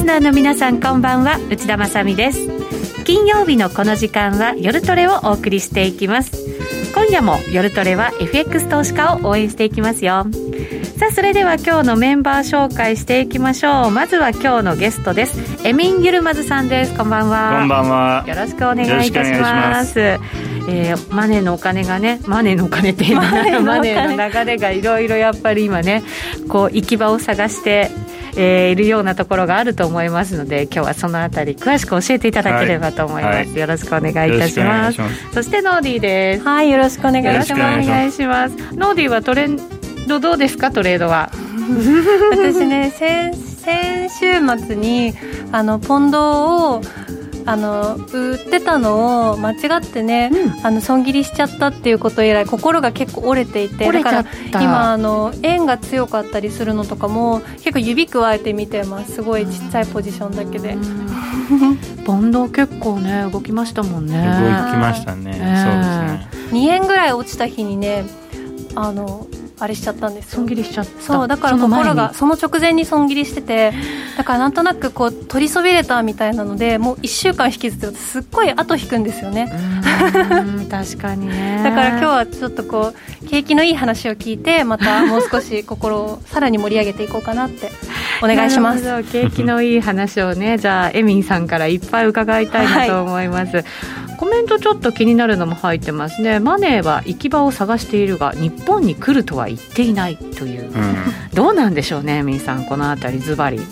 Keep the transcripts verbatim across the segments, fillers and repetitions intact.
スナーの皆さんこんばんは、内田まさみです。金曜日のこの時間は夜トレをお送りしていきます。今夜も夜トレは エフエックス 投資家を応援していきますよ。さあ、それでは今日のメンバー紹介していきましょう。まずは今日のゲストです。エミン・ユルマズさんです。こんばんは。 こんばんは。 よろしくお願いいたします。えー、マネーのお金がね、マネーのお金ってマネーの流れがいろいろやっぱり今ね、こう行き場を探してえー、いるようなところがあると思いますので、今日はそのあたり詳しく教えていただければと思います、はいはい、よろしくお願いいたします。そしてノーディーです。 はい、よろしくお願いします。 よろしくお願いします。ノーディーはトレンドどうですか？トレードは私ね、先, 先週末にあのポンドをあの売ってたのを間違ってね、うん、あの損切りしちゃったっていうこと以来心が結構折れていて、 折れちゃった。 だから今あの円が強かったりするのとかも結構指くわえて見てます。すごいちっちゃいポジションだけでポンド結構ね動きましたもんね。 動きましたね、えー、そうですね。 にえんぐらい落ちた日にね、あのあれしちゃったんですよ。 損切りしちゃった。 そうだから心がその直前に損切りしてて、だからなんとなくこう取りそびれたみたいなので、もういっしゅうかん引きずってすっごい後引くんですよね。 うん確かにね。 だから今日はちょっとこう景気のいい話を聞いて、またもう少し心をさらに盛り上げていこうかなってお願いします。 なるほど、景気のいい話をねじゃあエミンさんからいっぱい伺いたいなと思います、はい。コメントちょっと気になるのも入ってますね。マネーは行き場を探しているが日本に来るとは言っていないという、うん、どうなんでしょうね、エミンさん、このあたりズバリ。うん、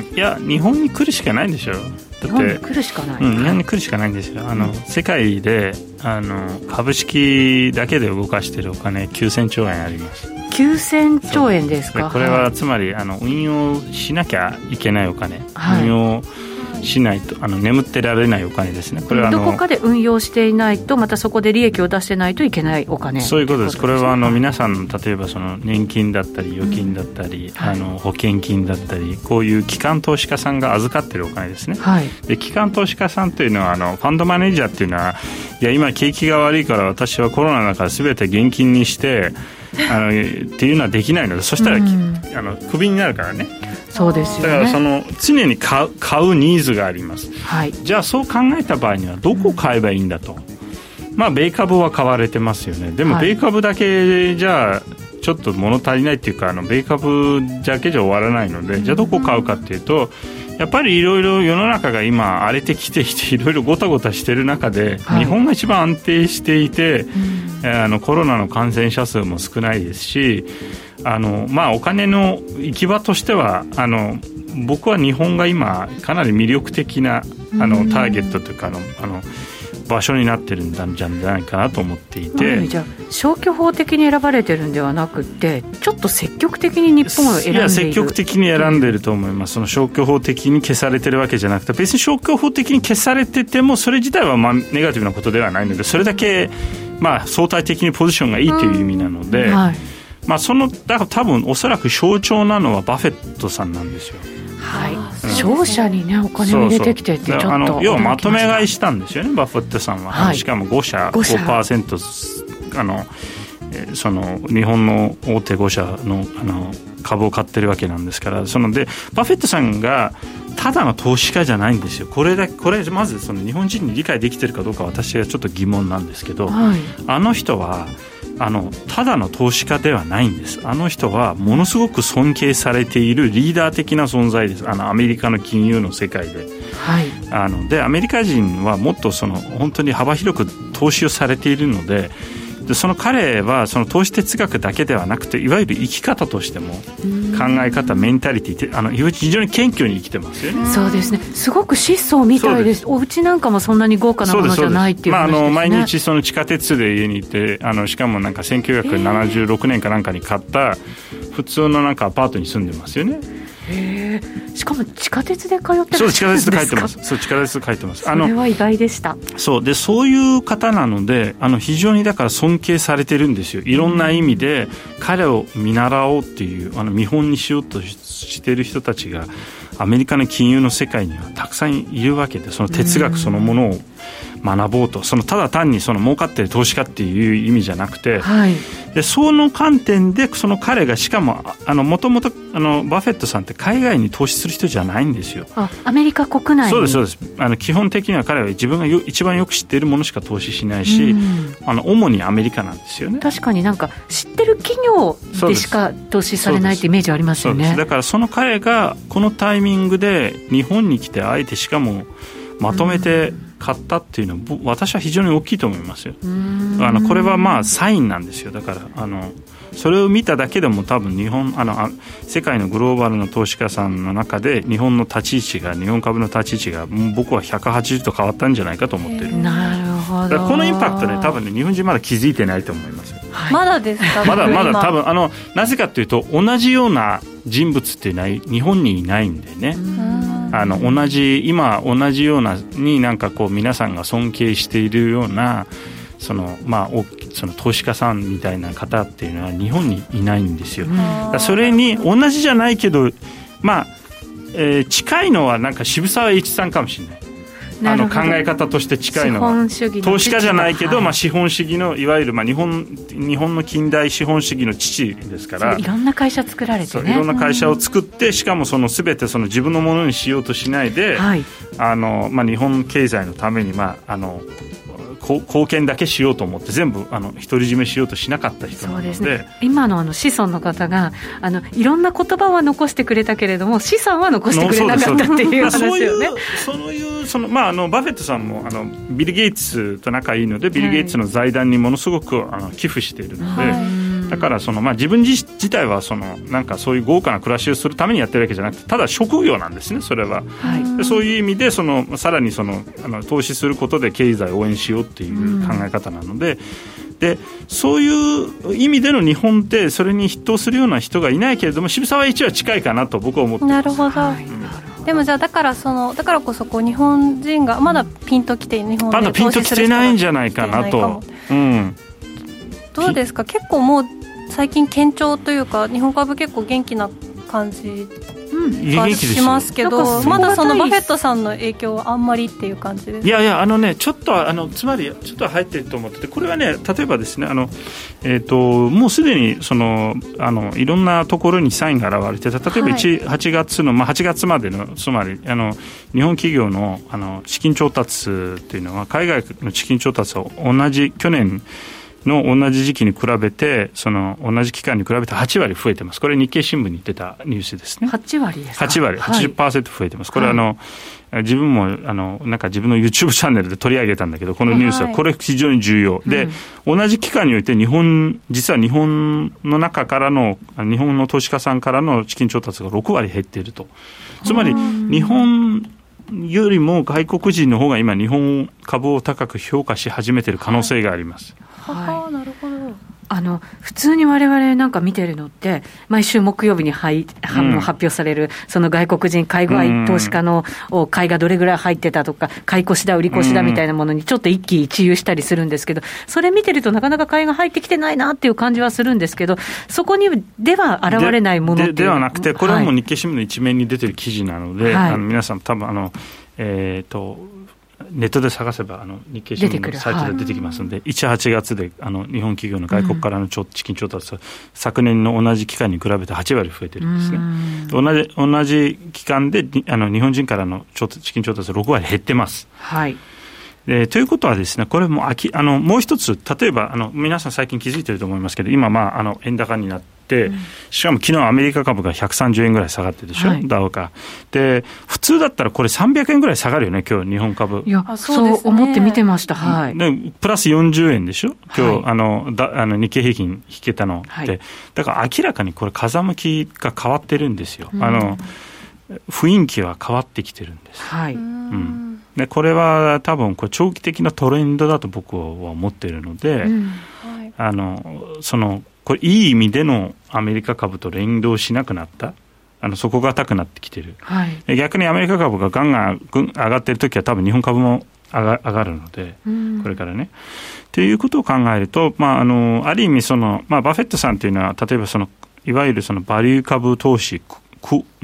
いや日本に来るしかないんでしょ。だって日本に来るしかない、 うん、日本に来るしかないんですよ。あの、うん、世界であの株式だけで動かしているお金きゅうせんちょうえんあります。 きゅうせんちょうえんですか。 これはつまりあの運用しなきゃいけないお金、はい、運用しないとあの眠ってられないお金ですね。これはあのどこかで運用していないと、またそこで利益を出してないといけないお金。 そういうことです。これはあの皆さんの例えばその年金だったり預金だったり、うん、あの保険金だったり、こういう機関投資家さんが預かっているお金ですね、はい、で機関投資家さんというのはあのファンドマネージャーというのは、いや今景気が悪いから私はコロナの中全て現金にしてあのっていうのはできないので、そしたら、うん、あのクビになるからね。 そうですよね。 だからその常に買う、買うニーズがあります、はい、じゃあそう考えた場合にはどこを買えばいいんだと、まあ米株は買われてますよね。でも米株だけじゃちょっと物足りないっていうか、あの米株だけじゃ終わらないので、じゃあどこを買うかっていうと、やっぱりいろいろ世の中が今荒れてきていて、いろいろごたごたしてる中で、はい、日本が一番安定していて、うん、あのコロナの感染者数も少ないですし、あの、まあ、お金の行き場としてはあの僕は日本が今かなり魅力的なあのターゲットというか、あのあの場所になってるんじゃないかなと思っていて、 じゃあ消去法的に選ばれてるんではなくて、ちょっと積極的に日本を選んでいる。いや積極的に選んでいると思います。その消去法的に消されてるわけじゃなくて、別に消去法的に消されててもそれ自体はまあネガティブなことではないので、それだけまあ相対的にポジションがいいという意味なので、はい、まあ、そのだから多分おそらく象徴なのはバフェットさんなんですよ。 はい、うん、商社にねお金を入れてきてってちょっと、 あの要はまとめ買いしたんですよね、バフェットさんは、はい、しかもごしゃ ごパーセント あのその日本の大手ごしゃ の, あの株を買ってるわけなんですから、そのでバフェットさんがただの投資家じゃないんですよ。これだこれまずその日本人に理解できてるかどうか私はちょっと疑問なんですけど、はい、あの人はあのただの投資家ではないんです。あの人はものすごく尊敬されているリーダー的な存在です。あのアメリカの金融の世界で、はい、あのでアメリカ人はもっとその本当に幅広く投資をされているので、でその彼はその投資哲学だけではなくて、いわゆる生き方としても考え方、メンタリティってあの非常に謙虚に生きてますよね。 そうですね、すごく質素みたいです。お家なんかもそんなに豪華なものじゃないっていう話ですね。まあ、あの毎日その地下鉄で家にいて、あのしかもなんかせんきゅうひゃくななじゅうろくねんかなんかに買った普通のなんかアパートに住んでますよね。 へー、しかも地下鉄で通ってらっしゃるんですか。 そう、地下鉄で帰ってます。そう、地下鉄で帰ってます。 それは意外でした。 そうで、そういう方なので、あの非常にだから尊敬されてるんですよ。いろんな意味で彼を見習おうっていう、あの見本にしようとしている人たちがアメリカの金融の世界にはたくさんいるわけで、その哲学そのものを学ぼうと、そのただ単にその儲かってる投資家っていう意味じゃなくて、 はい、 でその観点でその彼がしかももともとバフェットさんって海外に投資する人じゃないんですよ。 あ、アメリカ国内に。 そうですそうです。あの基本的には彼は自分がよ一番よく知っているものしか投資しないし、うん、あの主にアメリカなんですよね。 確かになんか知ってる企業でしか投資されないってイメージありますよね。 だからその彼がこのタイミングで日本に来てあえてしかもまとめて買ったっていうのは、うん、私は非常に大きいと思いますよ。あのこれはまあサインなんですよ。だからあのそれを見ただけでも多分日本あの世界のグローバルの投資家さんの中で日本の立ち位置が日本株の立ち位置が僕はひゃくはちじゅうど変わったんじゃないかと思ってる。 なるほど。 このインパクトね、多分ね日本人まだ気づいてないと思いますよ。 はい、まだですか。 まだまだ多分あのなぜかというと同じような人物っていうのは日本にいないんでね。あの同じ今同じようなになんかこう皆さんが尊敬しているようなそのまあその投資家さんみたいな方っていうのは日本にいないんですよ。だそれに同じじゃないけどまあ、えー、近いのはなんか渋沢栄一さんかもしれない。あの考え方として近いのは投資家じゃないけど、はい、まあ、資本主義のいわゆるまあ日本日本の近代資本主義の父ですから、 いろんな会社作られてね、 いろんな会社を作って、しかもその全てその自分のものにしようとしないで、はい、あのまあ、日本経済のために、まあ、あの貢献だけしようと思って全部あの独り占めしようとしなかった人なので、 そうですね、今 の, あの子孫の方があのいろんな言葉は残してくれたけれども資産は残してくれなかったっていう話よね。 そういうその、まあ、あのバフェットさんもあのビル・ゲイツと仲いいのでビル・ゲイツの財団にものすごくあの寄付しているので、はい、だからその、まあ、自分 自, 自体はそのなんかそういう豪華な暮らしをするためにやってるわけじゃなくて、ただ職業なんですね、それは、はい、でそういう意味でそのさらにそのあの投資することで経済を応援しようっていう考え方なので、でそういう意味での日本ってそれに筆頭するような人がいないけれども渋沢栄一は近いかなと僕は思ってます。 なるほど、はい、うん、でもじゃあだからそのだからこそこう日本人がまだピンときて日本でまだピンときてないんじゃないかなと、うん、 どうですか。結構もう最近堅調というか日本株結構元気な感じがしますけど、まだそのバフェットさんの影響はあんまりっていう感じです。 いやいやあのねちょっとあのつまりちょっと入ってると思ってて、これはね例えばですねあの、えー、ともうすでにそのあのいろんなところにサインが現れてた。例えばはちがつの、まあ、はちがつまでのつまりあの日本企業 の, あの資金調達っていうのは海外の資金調達を同じ去年の同じ時期に比べてその同じ期間に比べてはちわり増えてます。これ日経新聞に出たニュースですね。 はちわりですか。 はちわり はちじゅっパーセント 増えてます、はい、これはあの、はい、自分もあのなんか自分の YouTube チャンネルで取り上げたんだけど、このニュースはこれ非常に重要、はい、で、うん、同じ期間において日本実は日本の中からの日本の投資家さんからの資金調達がろくわり減っていると。つまり日本よりも外国人の方が今日本株を高く評価し始めている可能性があります。 はい、なるほど。 あの普通に我々なんか見てるのって毎週木曜日に入、うん、発表されるその外国人海外投資家の買いがどれぐらい入ってたとか買い越しだ売り越しだみたいなものにちょっと一喜一憂したりするんですけど、それ見てるとなかなか買いが入ってきてないなっていう感じはするんですけど、そこにでは現れないものっていうで, で, ではなくて、これはもう日経新聞の一面に出てる記事なので、はい、あの皆さん多分あの、えーとネットで探せばあの日経新聞のサイトで出てきますので、いち、はちがつであの日本企業の外国からの資金調達は、うん、昨年の同じ期間に比べてはちわり増えてるんですね。同じ、同じ期間であの日本人からの資金調達はろくわり減ってます。 はい。 でということはですね、これもあきあのもう一つ、例えばあの皆さん最近気づいていると思いますけど、今、まあ、あの円高になって、うん、しかも昨日アメリカ株がひゃくさんじゅうえんぐらい下がってるでしょ、はい、ダウが。で普通だったらこれさんびゃくえんぐらい下がるよね今日日本株。 いやそうですね、そう思って見てました。はい、 でプラスよんじゅうえんでしょ今日、はい、あのだあの日経平均引けたのって、はい、だから明らかにこれ風向きが変わってるんですよ、うん、あの雰囲気は変わってきてるんです。 はい、 うん、でこれは多分これ長期的なトレンドだと僕は思っているので、うんはい、あのそのこれいい意味でのアメリカ株と連動しなくなった、あの底堅くなってきてる、はい、逆にアメリカ株がガンガン上がっているときは多分日本株も上が、上がるので、うん、これからねということを考えると、まあ、あのある意味その、まあ、バフェットさんというのは例えばそのいわゆるそのバリュー株投資く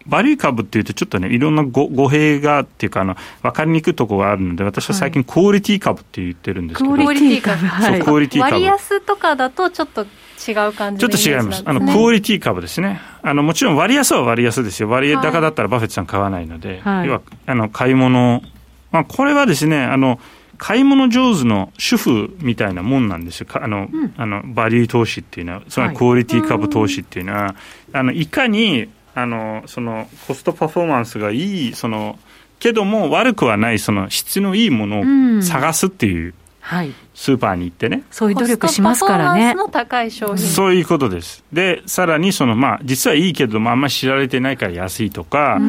バリュー株っていうとちょっとねいろんな語語弊がっていうかあの分かりにくいところがあるので、私は最近クオリティ株って言ってるんですけど、 クオリティ株、はい、 クオリティ株、 割安とかだとちょっと違う感じのイメージなんですね。 ちょっと違います。あのクオリティ株ですね。あのもちろん割安は割安ですよ。割高だったらバフェットさん買わないので、はい、要はあの買い物、まあ、これはですねあの買い物上手の主婦みたいなもんなんですよ。あの、うん、あのバリュー投資っていうのは、そのクオリティ株投資っていうのは、はい、あのいかにあのそのコストパフォーマンスがいい、そのけども悪くはないその質のいいものを探すっていう、うん、はい、スーパーに行ってね、 そういう努力しますからね。 コストパフォーマンスの高い商品、 そういうことです。でさらにその、まあ、実はいいけどもあんまり知られてないから安いとか、うん、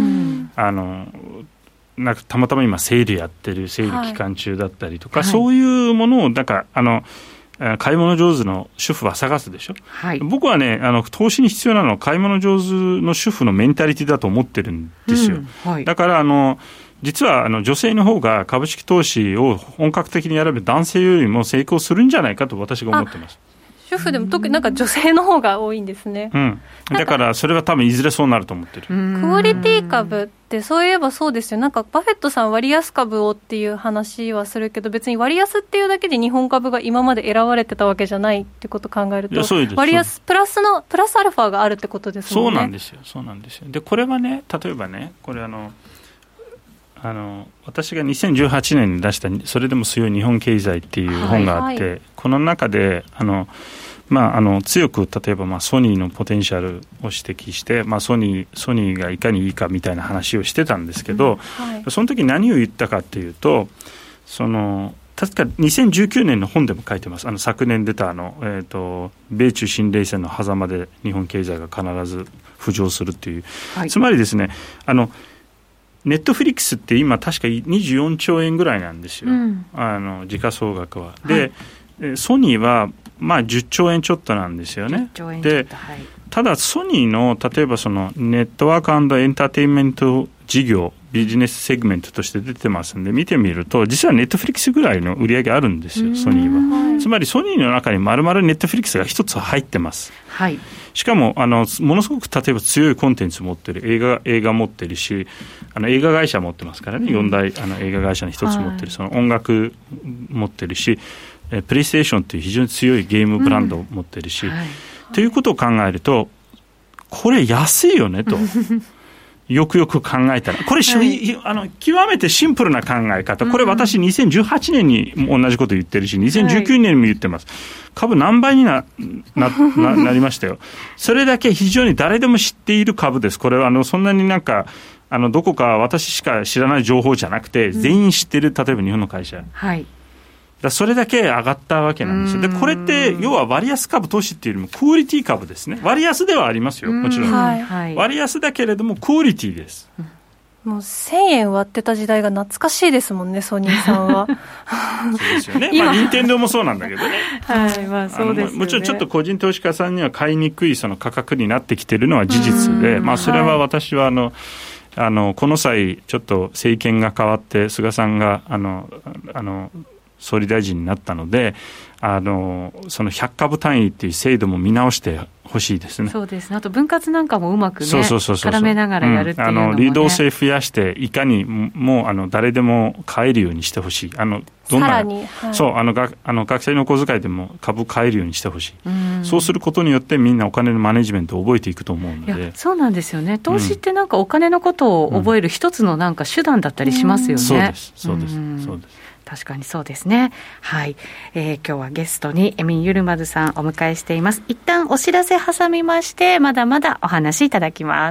あのなんかたまたま今セールやってるセール期間中だったりとか、はい、そういうものをなんかあの買い物上手の主婦は探すでしょ、はい、僕はねあの投資に必要なのは買い物上手の主婦のメンタリティだと思ってるんですよ、うん、はい、だからあの実はあの女性の方が株式投資を本格的にやれば男性よりも成功するんじゃないかと私が思ってます。 主婦でも特になんか女性の方が多いんですね、 うん、だからそれは多分いずれそうなると思ってる。 クオリティ株ってそういえばそうですよ。なんかバフェットさん割安株をっていう話はするけど、別に割安っていうだけで日本株が今まで選ばれてたわけじゃないってことを考えると、割安プラスのプラスアルファがあるってことですもんね。 そうなんですよ、そうなんですよ。でこれはね例えばねこれあのあの私がにせんじゅうはちねんに出したそれでも強い日本経済っていう本があって、はいはい、この中であの、まあ、あの強く例えばまあソニーのポテンシャルを指摘して、まあ、ソニー、ソニーがいかにいいかみたいな話をしてたんですけど、うんはい、その時何を言ったかっていうと、その確かにせんじゅうきゅうねんの本でも書いてます。あの昨年出たあの、えーと、米中新冷戦の狭間で日本経済が必ず浮上するっていう、はい、つまりですねあのネットフリックスって今確かにじゅうよんちょうえんぐらいなんですよ、うん、あの時価総額は。で、はい、ソニーはまあじゅっちょうえんちょっとなんですよね。で、はい、ただソニーの例えばそのネットワーク&エンターテインメント事業ビジネスセグメントとして出てますんで見てみると実はネットフリックスぐらいの売り上げあるんですよソニーは、はい、つまりソニーの中に丸々ネットフリックスが一つ入ってます、はい、しかもあのものすごく例えば強いコンテンツ持ってる映画、映画持ってるしあの映画会社持ってますからね、うん、よん大あの映画会社の一つ持ってる、はい、その音楽持ってるしえプレイステーションという非常に強いゲームブランドを持ってるし、うんはい、ということを考えるとこれ安いよねとよくよく考えたらこれ、はい、あの極めてシンプルな考え方、これ私にせんじゅうはちねんに同じこと言ってるしにせんじゅうきゅうねんにも言ってます、はい、株何倍に な, な, な, なりましたよ。それだけ非常に誰でも知っている株です。これはあのそんなになんかあのどこか私しか知らない情報じゃなくて全員知ってる、例えば日本の会社、はいだそれだけ上がったわけなんですよ。でこれって要は割安株投資っていうよりもクオリティ株ですね。割安ではありますよもちろん、はいはい、割安だけれどもクオリティです。 もうせんえん割ってた時代が懐かしいですもんねソニーさんはそうですよね。まあ任天堂もそうなんだけどねはいまあそうですよね。 もちろんちょっと個人投資家さんには買いにくいその価格になってきているのは事実で、まあそれは私はあの、はいあのこの際ちょっと政権が変わって菅さんがあのあの総理大臣になったのであのそのひゃくかぶ単位っていう制度も見直してほしいですね。 そうですね。あと分割なんかもうまくね絡めながらやるっていうのもね、うん、あの流動性増やしていかにもうあの誰でも買えるようにしてほしい。あのどんなさらに、はい、 そうあのがあの学生の小遣いでも株買えるようにしてほしい。うそうすることによってみんなお金のマネジメントを覚えていくと思うので。 いやそうなんですよね。投資ってなんかお金のことを覚える一つのなんか手段だったりしますよね。うそうですそうですそうです。 確かにそうですね。はい、えー、今日はゲストにエミン・ユルマズさんお迎えしています。一旦お知らせ挟みましてまだまだお話いただきます。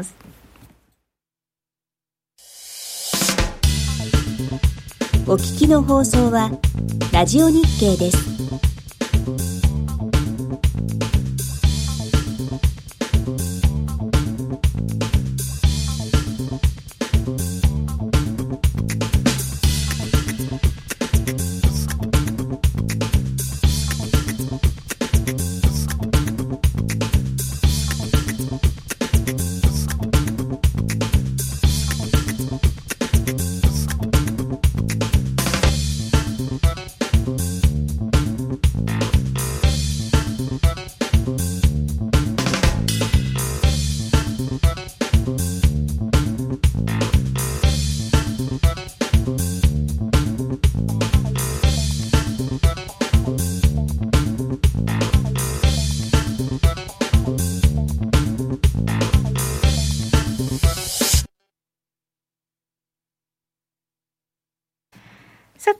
お聞きの放送はラジオ日経です。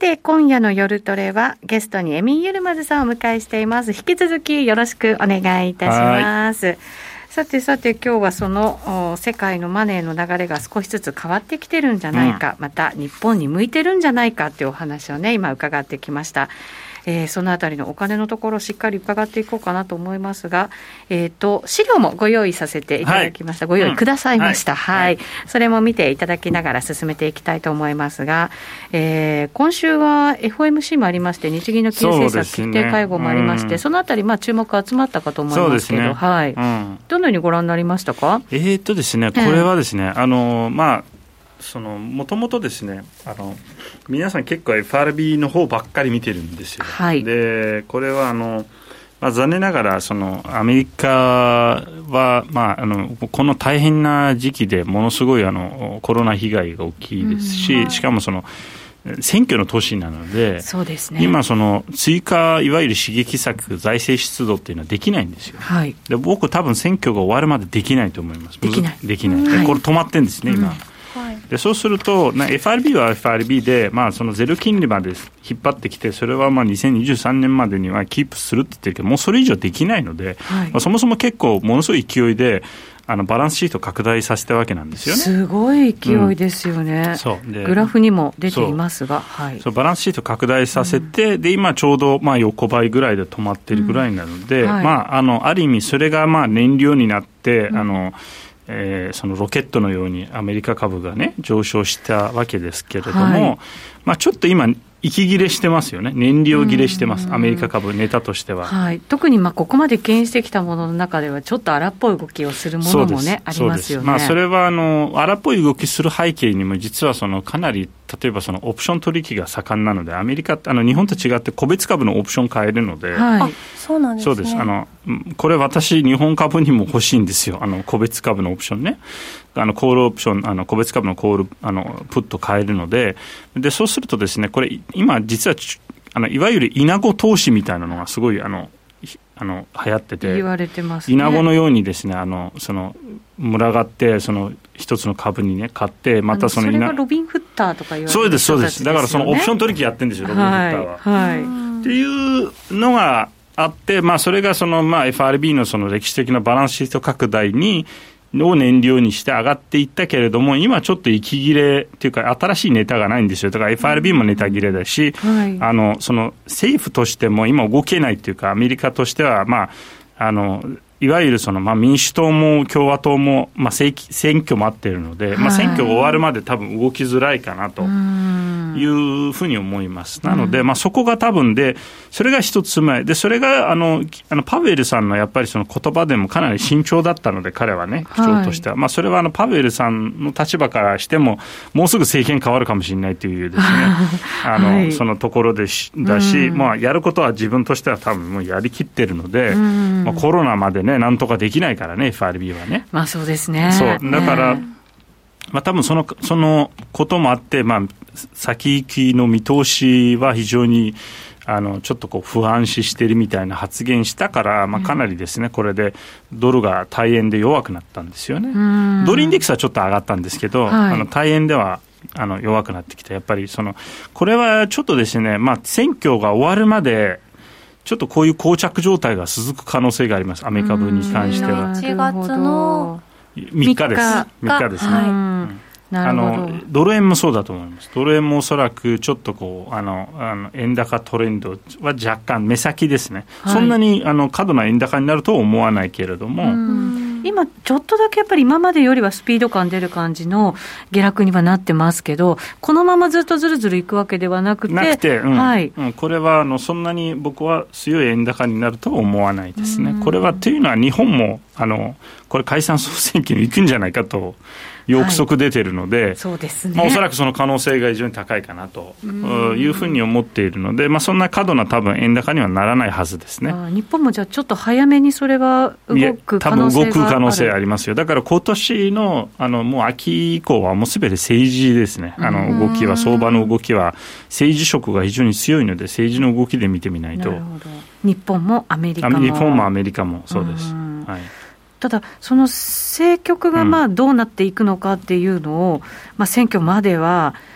て今夜の夜トレはゲストにエミン・ユルマズさんをお迎えしています。引き続きよろしくお願いいたします。さてさて今日はその世界のマネーの流れが少しずつ変わってきてるんじゃないか、うん、また日本に向いてるんじゃないかっていうお話をね今伺ってきました。えー、そのあたりのお金のところをしっかり伺っていこうかなと思いますが、えー、と資料もご用意させていただきました、はい、ご用意くださいました、うんはいはい、それも見ていただきながら進めていきたいと思いますが、えー、今週は エフオーエムシー もありまして日銀の金融政策決定会合もありまして そ,、ねうん、そのあたりまあ注目集まったかと思いますけど、ねはいうん、どのようにご覧になりましたか。 えーとですね、これはですね、うん、あのまあそのもともとですねあの皆さん結構 エフアールビー の方ばっかり見てるんですよ、はい、でこれはあの、まあ、残念ながらそのアメリカは、まあ、あのこの大変な時期でものすごいあのコロナ被害が大きいですし、うんはい、しかもその選挙の年なので、そうですね、今その追加いわゆる刺激策財政出動っていうのはできないんですよ、はい、で僕多分選挙が終わるまでできないと思います。 できないできない、はい、これ止まってるんですね今、うんでそうすると エフアールビー は エフアールビー で、まあ、そのゼロ金利まで引っ張ってきてそれはまあにせんにじゅうさんねんまでにはキープするって言ってるけどもうそれ以上できないので、はいまあ、そもそも結構ものすごい勢いであのバランスシートを拡大させたわけなんですよね。 すごい勢いですよね、うん、そうでグラフにも出ていますが、 そう、はい、そうバランスシートを拡大させて、うん、で今ちょうどまあ横ばいぐらいで止まってるぐらいなので、うんはいまあ、あのある意味それがまあ燃料になって、うん、あのえー、そのロケットのようにアメリカ株がね上昇したわけですけれども、はいまあ、ちょっと今息切れしてますよね。燃料切れしてますアメリカ株ネタとしては、 はい、特にまあここまで牽引してきたものの中ではちょっと荒っぽい動きをするものもねありますよね。 まあ、それはあの荒っぽい動きする背景にも実はそのかなり例えばそのオプション取引が盛んなのでアメリカあの日本と違って個別株のオプション買えるので、 はい、あそうなんですね。 そうですあのこれ私日本株にも欲しいんですよ。あの個別株のオプションねあのコールオプションあの個別株のコールあのプット買えるので、でそうするとですねこれ今実はあのいわゆるイナゴ投資みたいなのがすごいあのあの流行ってて言われてますね。 イナゴのようにですねあのその群がってその一つの株にね買ってまたそのそれがロビンフッターとか言われてる人たちですよね。 そうですそうです。だからそのオプション取引やってるんですよロビンフッターは、 はいはい、 っていうのがあって、まあ、それがその、まあ、エフアールビー のその歴史的なバランスシート拡大にを燃料にして上がっていったけれども今ちょっと息切れっていうか新しいネタがないんですよ。だから エフアールビー もネタ切れだし、はい、あのその政府としても今動けないっていうかアメリカとしてはまああのいわゆるそのまあ民主党も共和党もまあ選挙もあっているので、はいまあ、選挙が終わるまで多分動きづらいかなというふうに思います。なので、まあ、そこが多分でそれが一つ前でそれがあのあのパウエルさんのやっぱりその言葉でもかなり慎重だったので彼はね口調としては、はいまあ、それはあのパウエルさんの立場からしてももうすぐ政権変わるかもしれないというですねあの、はい、そのところでしだし、まあ、やることは自分としては多分もうやりきってるので、まあ、コロナまでねなんとかできないからね エフアールビー はね。 まあそうですね。 そうだから、ねまあ、多分そのそのこともあって、まあ、先行きの見通しは非常にあのちょっとこう不安視しているみたいな発言したから、まあ、かなりですねこれでドルが対円で弱くなったんですよね。ドルインデックスはちょっと上がったんですけど、はい、あの対円ではあの弱くなってきてやっぱりそのこれはちょっとですね、まあ、選挙が終わるまでちょっとこういう膠着状態が続く可能性がありますアメリカ株に関しては。 いちがつのみっかです。みっかですね、はいうんあのドル円もそうだと思います。ドル円もおそらくちょっとこうあのあの円高トレンドは若干目先ですね、はい、そんなにあの過度な円高になるとは思わないけれども、 今ちょっとだけやっぱり今までよりはスピード感出る感じの下落にはなってますけどこのままずっとずるずるいくわけではなくてなくて、うんはいうん、これはあのそんなに僕は強い円高になるとは思わないですね。これはというのは日本もあのこれ解散総選挙に行くんじゃないかと憶測出ているので、はいそうですねまあ、おそらくその可能性が非常に高いかなというふうに思っているので、まあ、そんな過度な多分円高にはならないはずですね。 あ日本もじゃあちょっと早めにそれは動く可能性がある。 多分動く可能性ありますよ。だから今年 の, あのもう秋以降はもうすべて政治ですね。あの動きは相場の動きは政治色が非常に強いので政治の動きで見てみないと。 なるほど。日本もアメリカも日本もアメリカもそうです、はいただその政局がまあどうなっていくのかっていうのを、うんまあ、選挙までは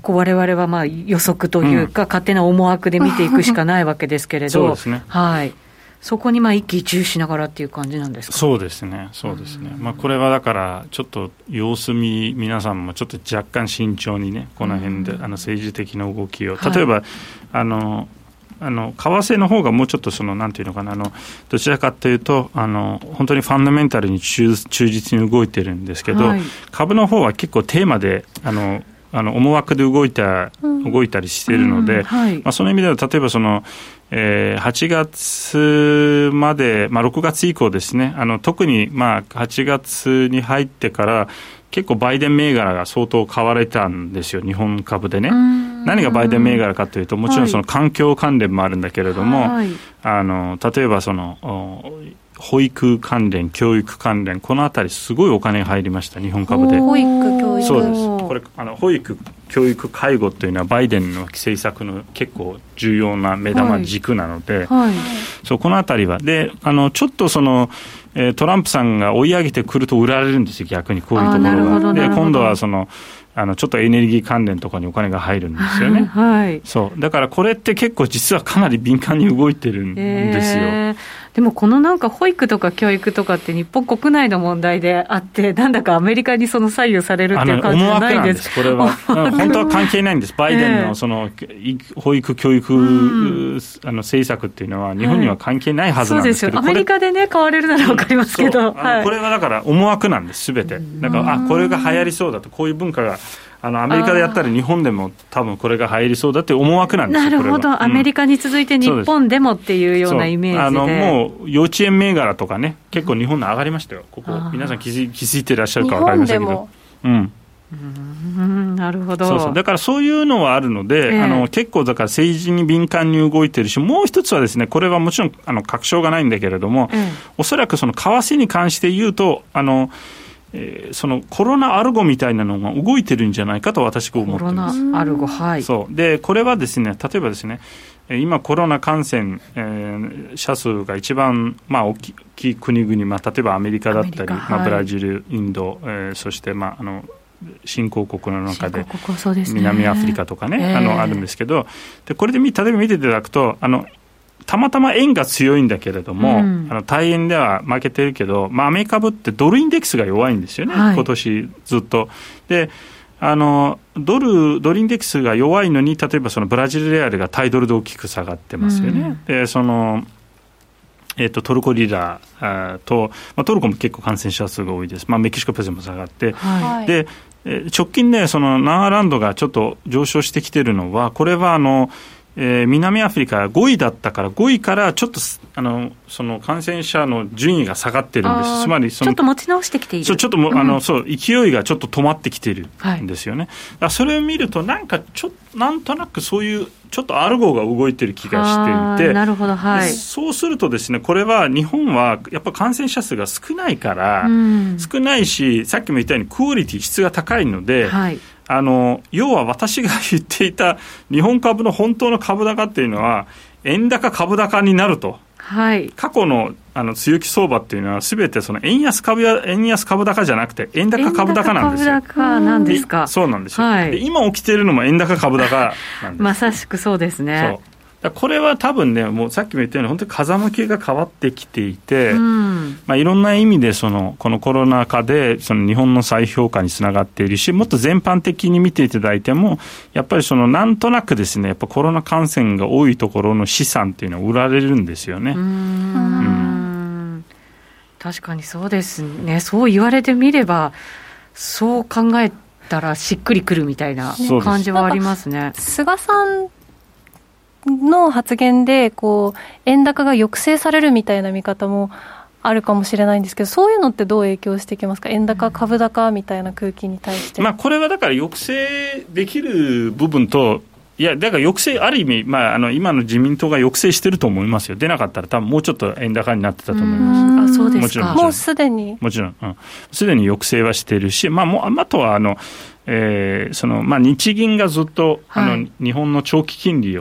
こう我々はまあ予測というか、うん、勝手な思惑で見ていくしかないわけですけれどそうですね、 はい、そこにまあ一喜一憂しながらっていう感じなんですか。 そうですね、そうですね、まあ、これはだからちょっと様子見、皆さんもちょっと若干慎重にね、この辺であの政治的な動きを、例えば、はい、あのあの為替の方がもうちょっとそのなんていうのかな、あのどちらかというとあの本当にファンダメンタルに忠実に動いてるんですけど、はい、株の方は結構テーマであのあの思惑で動いた、うん、動いたりしているので、うんはいまあ、その意味では例えばその、えー、はちがつまで、まあ、ろくがつ以降ですね、あの特にまあはちがつに入ってから結構バイデン銘柄が相当買われたんですよ、日本株でね。何がバイデン銘柄かというと、もちろんその環境関連もあるんだけれども、はい、あの例えばその保育関連、教育関連、このあたりすごいお金が入りました、日本株で。 保育、教育。 そうです。これあの保育、教育、介護というのはバイデンの政策の結構重要な目玉軸なので、はいはい、そうこのあたりはであのちょっとそのえー、トランプさんが追い上げてくると売られるんですよ、逆にこういうところが。で今度はそのあのちょっとエネルギー関連とかにお金が入るんですよね、はい、そうだからこれって結構実はかなり敏感に動いてるんですよ、えー、 でもこのなんか保育とか教育とかって日本国内の問題であって、なんだかアメリカにその左右されるっていう感じじゃないんです。 これは本当は関係ないんです。バイデンのその保育教育、うん、あの政策っていうのは日本には関係ないはずなんですけど、 はい、そうですよ。アメリカでね買われるなら分かりますけど、 はい、これはだから思惑なんです、すべて。だからあこれが流行りそうだと、こういう文化があのアメリカでやったら日本でも多分これが入りそうだっていう思惑なんですよ。 なるほど、うん、アメリカに続いて日本でもっていうようなイメージで、 あのもう幼稚園銘柄とかね、結構日本で上がりましたよ。ここ皆さん気づ、気づいていらっしゃるか分かりませんけど、うん、 うんなるほど。 そうそう、だからそういうのはあるので、えー、あの結構だから政治に敏感に動いてるし、もう一つはですね、これはもちろんあの確証がないんだけれども、えー、おそらくその為替に関して言うとあのえー、そのコロナアルゴみたいなのが動いてるんじゃないかと私は思っています。 コロナアルゴ、はい。 そうでこれはですね、例えばですね、今コロナ感染、えー、者数が一番、まあ、大きい国々、まあ、例えばアメリカだったり、まあ、ブラジル、インド、えー、そして、まあ、あの新興国の中で、 ね、 南アフリカとかね、 えー、 あのあるんですけど、でこれで例えば見ていただくと、あのたまたま円が強いんだけれども、うん、あの対円では負けてるけど、まあ、アメリカ株ってドルインデックスが弱いんですよね、はい、今年ずっと。であのドル、ドルインデックスが弱いのに、例えばそのブラジルレアルが対ドルで大きく下がってますよね、うん、でそのえー、とトルコリラと、まあ、トルコも結構感染者数が多いです、まあ、メキシコペソも下がって、はい、で直近ね、そのナーランドがちょっと上昇してきてるのは、これはあのえー、南アフリカごいだったから、ごいからちょっとあのその感染者の順位が下がってるんです。つまりそのちょっと持ち直してきている。 そう、ちょっとも、うん、あのそう勢いがちょっと止まってきているんですよね、はい、だからそれを見るとなんかちょなんとなくそういうちょっとアルゴが動いてる気がしていて、 なるほど、はい、 そうするとですね、これは日本はやっぱ感染者数が少ないから、うん、少ないし、さっきも言ったようにクオリティ質が高いので、はい、あの要は私が言っていた日本株の本当の株高っていうのは円高株高になると、はい、過去 の, あの強気相場っていうのは全てその円安株や円安株高じゃなくて円高株高なんですよ。 円高株高なんですか。 そうなんですよ、はい、で今起きているのも円高株高なんですまさしくそうですね。 そうこれは多分ね、もうさっきも言ったように本当に風向きが変わってきていて、うんまあ、いろんな意味でそのこのコロナ禍でその日本の再評価につながっているし、もっと全般的に見ていただいてもやっぱりそのなんとなくですね、やっぱコロナ感染が多いところの資産っていうのは売られるんですよね。うーん、うん、 確かにそうですね。そう言われてみればそう考えたらしっくりくるみたいな感じはありますね。 菅さんの発言でこう円高が抑制されるみたいな見方もあるかもしれないんですけど、そういうのってどう影響してきますか。円高株高みたいな空気に対して、 まあ、これはだから抑制できる部分と、いやだから抑制ある意味、まあ、あの今の自民党が抑制してると思いますよ。出なかったら多分もうちょっと円高になってたと思います。 あ、そうですか。もうすでにもちろんすで、うん、に抑制はしてるし、まあ、もうあとはあの、えーそのまあ、日銀がずっと、はい、あの日本の長期金利を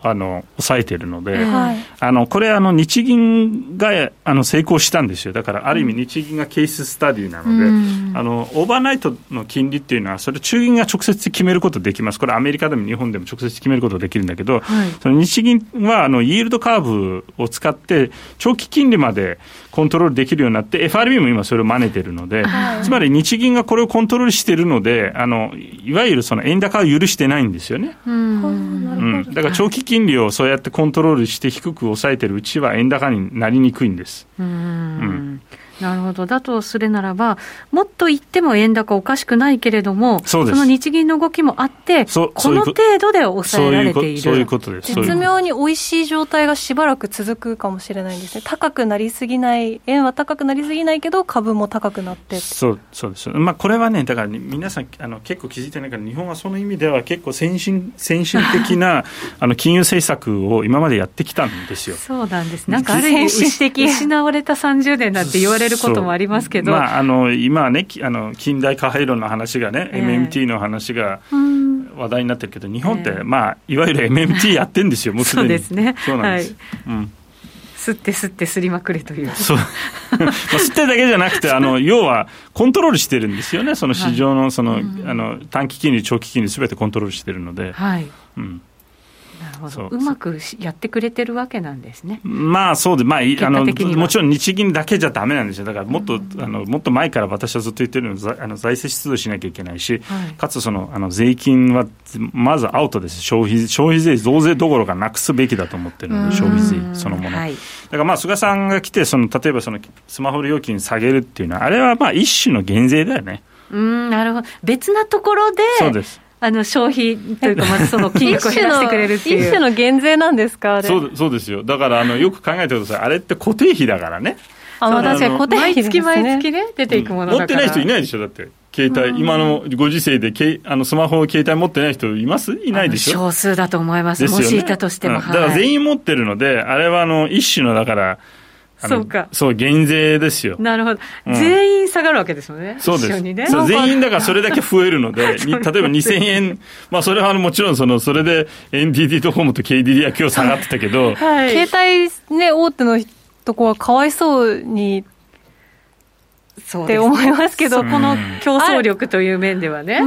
あの抑えているので、 はい、 あのこれあの日銀があの成功したんですよ。だからある意味日銀がケーススタディなので、うん、あのオーバーナイトの金利っていうのはそれ中銀が直接決めることできます。これアメリカでも日本でも直接決めることできるんだけど、はい、その日銀はあのイールドカーブを使って長期金利までコントロールできるようになって エフアールビー も今それを真似ているので、はい、つまり日銀がこれをコントロールしているので、あのいわゆるその円高を許してないんですよね。うんうん、だから長期金利をそうやってコントロールして低く抑えているうちは円高になりにくいんです。うん、うんなるほど。だとするならば、もっと言っても円高おかしくないけれども、 そ, その日銀の動きもあって、この程度で抑えられている。 そういうことです。 絶妙に美味しい状態がしばらく続くかもしれないんですね。高くなりすぎない、円は高くなりすぎないけど株も高くなって。 そうそうです。まあこれはね、だから皆さんあの結構気づいてないから、日本はその意味では結構先進先進的なあの金融政策を今までやってきたんですよ。 そうなんです。なんかある意味失われたさんじゅうねんなんて言われることもありますけど、 まあ、あの今はね、あの近代貨幣論の話がね、えー、エムエムティー の話が話題になってるけど、日本って、えーまあ、いわゆる エムエムティー やってるんですよ、もうすでに。 そうですね。 そうなんです、はいうん、 吸って吸って吸りまくれという。 そうまあ吸ってるだけじゃなくて、あの要はコントロールしてるんですよね、その市場の、その、はい、あの短期金利長期金利すべてコントロールしてるので、 はいうんなるほど。うまくやってくれてるわけなんですね。 まあそうで、まあ、あのもちろん日銀だけじゃダメなんですよ。だからもっと、うん、あのもっと前から私はずっと言ってるのは、あの財政出動しなきゃいけないし、はい、かつそのあの税金はまずアウトです。消費消費税増税どころかなくすべきだと思ってるので、消費税そのもの、はい、だからまあ菅さんが来て、その例えばそのスマホ料金下げるっていうのは、あれはまあ一種の減税だよね。 うんなるほど。別なところでそうですあの消費というか、まずその金額を減らしてくれるっていう一種の減税なんですか、あれ。 そう、そうですよ。だからあのよく考えてください。あれって固定費だからね。 あ、まあ、確かに固定費ですね。 毎月毎月ね出ていくものだから、うん、 持ってない人いないでしょ。だって携帯、今のご時世でけあのスマホを携帯持ってない人います？いないでしょ。 少数だと思います。ですよね、もしいたとしても、うん、 だから全員持ってるので、あれはあの一種のだからそうか。 そう、減税ですよ。 なるほど。うん、全員下がるわけですよね。 そうです。 一緒にね、 そう全員だからそれだけ増えるので、例えばにせんえん、まあそれはもちろんその、それで エヌティーティー ドコモと ケーディーディー は今日下がってたけど、 はい、携帯ね、大手のとこはかわいそうに、って思いますけど、 この競争力という面ではね。 うん。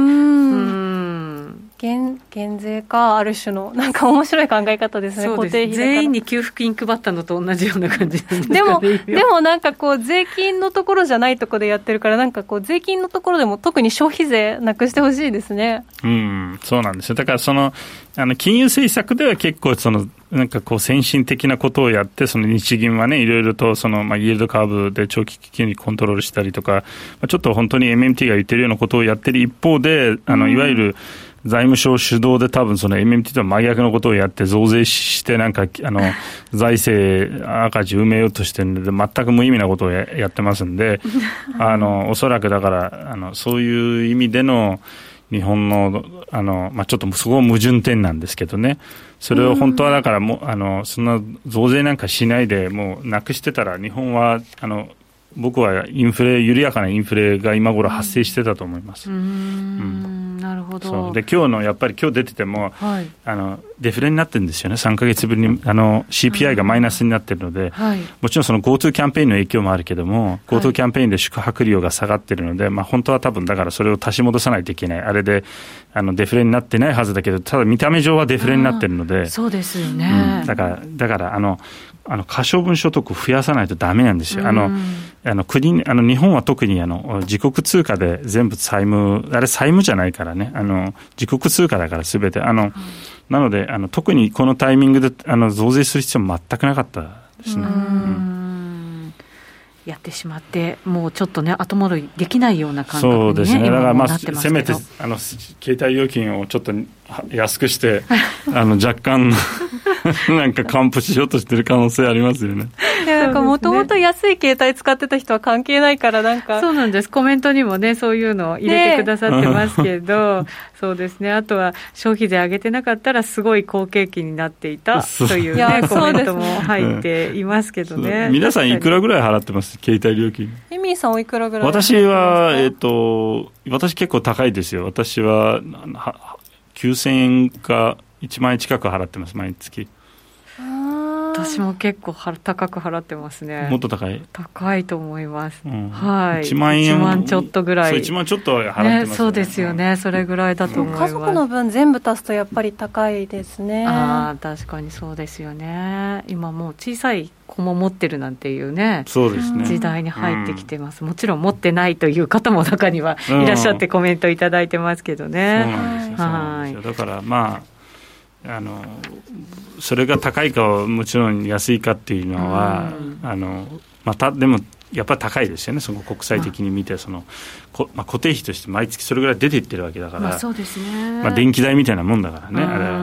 減, 減税か、ある種のなんか面白い考え方ですね。 そうです。固定費全員に給付金配ったのと同じような感じです、ね、 でもでもなんかこう税金のところじゃないところでやってるから、なんかこう税金のところでも特に消費税なくしてほしいですね。 うんそうなんですよ。だからそのあの金融政策では結構そのなんかこう先進的なことをやって、その日銀はねいろいろとそのまあイールドカーブで長期金利コントロールしたりとか、ちょっと本当に エムエムティー が言ってるようなことをやってる一方で、あのいわゆる財務省主導で多分その エムエムティー とは真逆のことをやって増税してなんかあの財政赤字埋めようとしてるので、全く無意味なことを や, やってますんであのおそらくだからあのそういう意味での日本のあの、まあ、ちょっとそこは矛盾点なんですけどね、それを本当はだからもうあのそんな増税なんかしないでもうなくしてたら、日本はあの僕はインフレ緩やかなインフレが今頃発生してたと思います。 うーん、うんなるほど。 そうで今日のやっぱり今日出てても、はい、あのデフレになってるんですよね。さんかげつぶりにあの シーピーアイ がマイナスになってるので、はい、もちろんその GoTo キャンペーンの影響もあるけども、はい、GoTo キャンペーンで宿泊利用が下がってるので、まあ、本当は多分だからそれを足し戻さないといけない、あれであのデフレになってないはずだけど、ただ見た目上はデフレになってるので、 そうですよね、 うん、だからだからあのあの可処分所得を増やさないとダメなんですよ。あのあの国あの日本は特にあの自国通貨で全部債務、あれ債務じゃないからね、あの自国通貨だからすべてあの、うん、なのであの特にこのタイミングであの増税する必要も全くなかったですね。うんうんやってしまってもうちょっとね後戻りできないような感覚に、ね、 そうですね。だからまあせめてあの携帯料金をちょっと安くしてあの若干なんか還付しようとしてる可能性ありますよね。 いやなんかもともと安い携帯使ってた人は関係ないから、なんかそうなんです。コメントにもねそういうのを入れてくださってますけど、ね、そうですね。あとは消費税上げてなかったらすごい好景気になっていたという、ね、コメントも入っていますけどね、うん、 皆さんいくらぐらい払ってます？携帯料金。 エミーさんおいくらぐらい？ 私は、えーと、私結構高いですよ。私はきゅうせんえんかいちまんえん近く払ってます毎月。 私も結構高く払ってますね。 もっと高い？ 高いと思います、うん、はい。 いちまんえん、 いちまんちょっとぐらい。 そういちまんちょっと払ってますよね、 ね、そうですよね、それぐらいだと思います。 家族の分全部足すとやっぱり高いですね。 あ、確かにそうですよね。今もう小さい子も持ってるなんていうね、 そうですね、 時代に入ってきてます、うん、もちろん持ってないという方も中にはいらっしゃってコメントいただいてますけどね、 うん、そうなんですよ、そうなんですよ。だからまああのそれが高いかはもちろん安いかっていうのは、うん、あのまたでもやっぱり高いですよね。その国際的に見てそのこ、まあ、固定費として毎月それぐらい出ていってるわけだから、 まあ、そうですね、 まあ、電気代みたいなもんだからね、あれは、うん、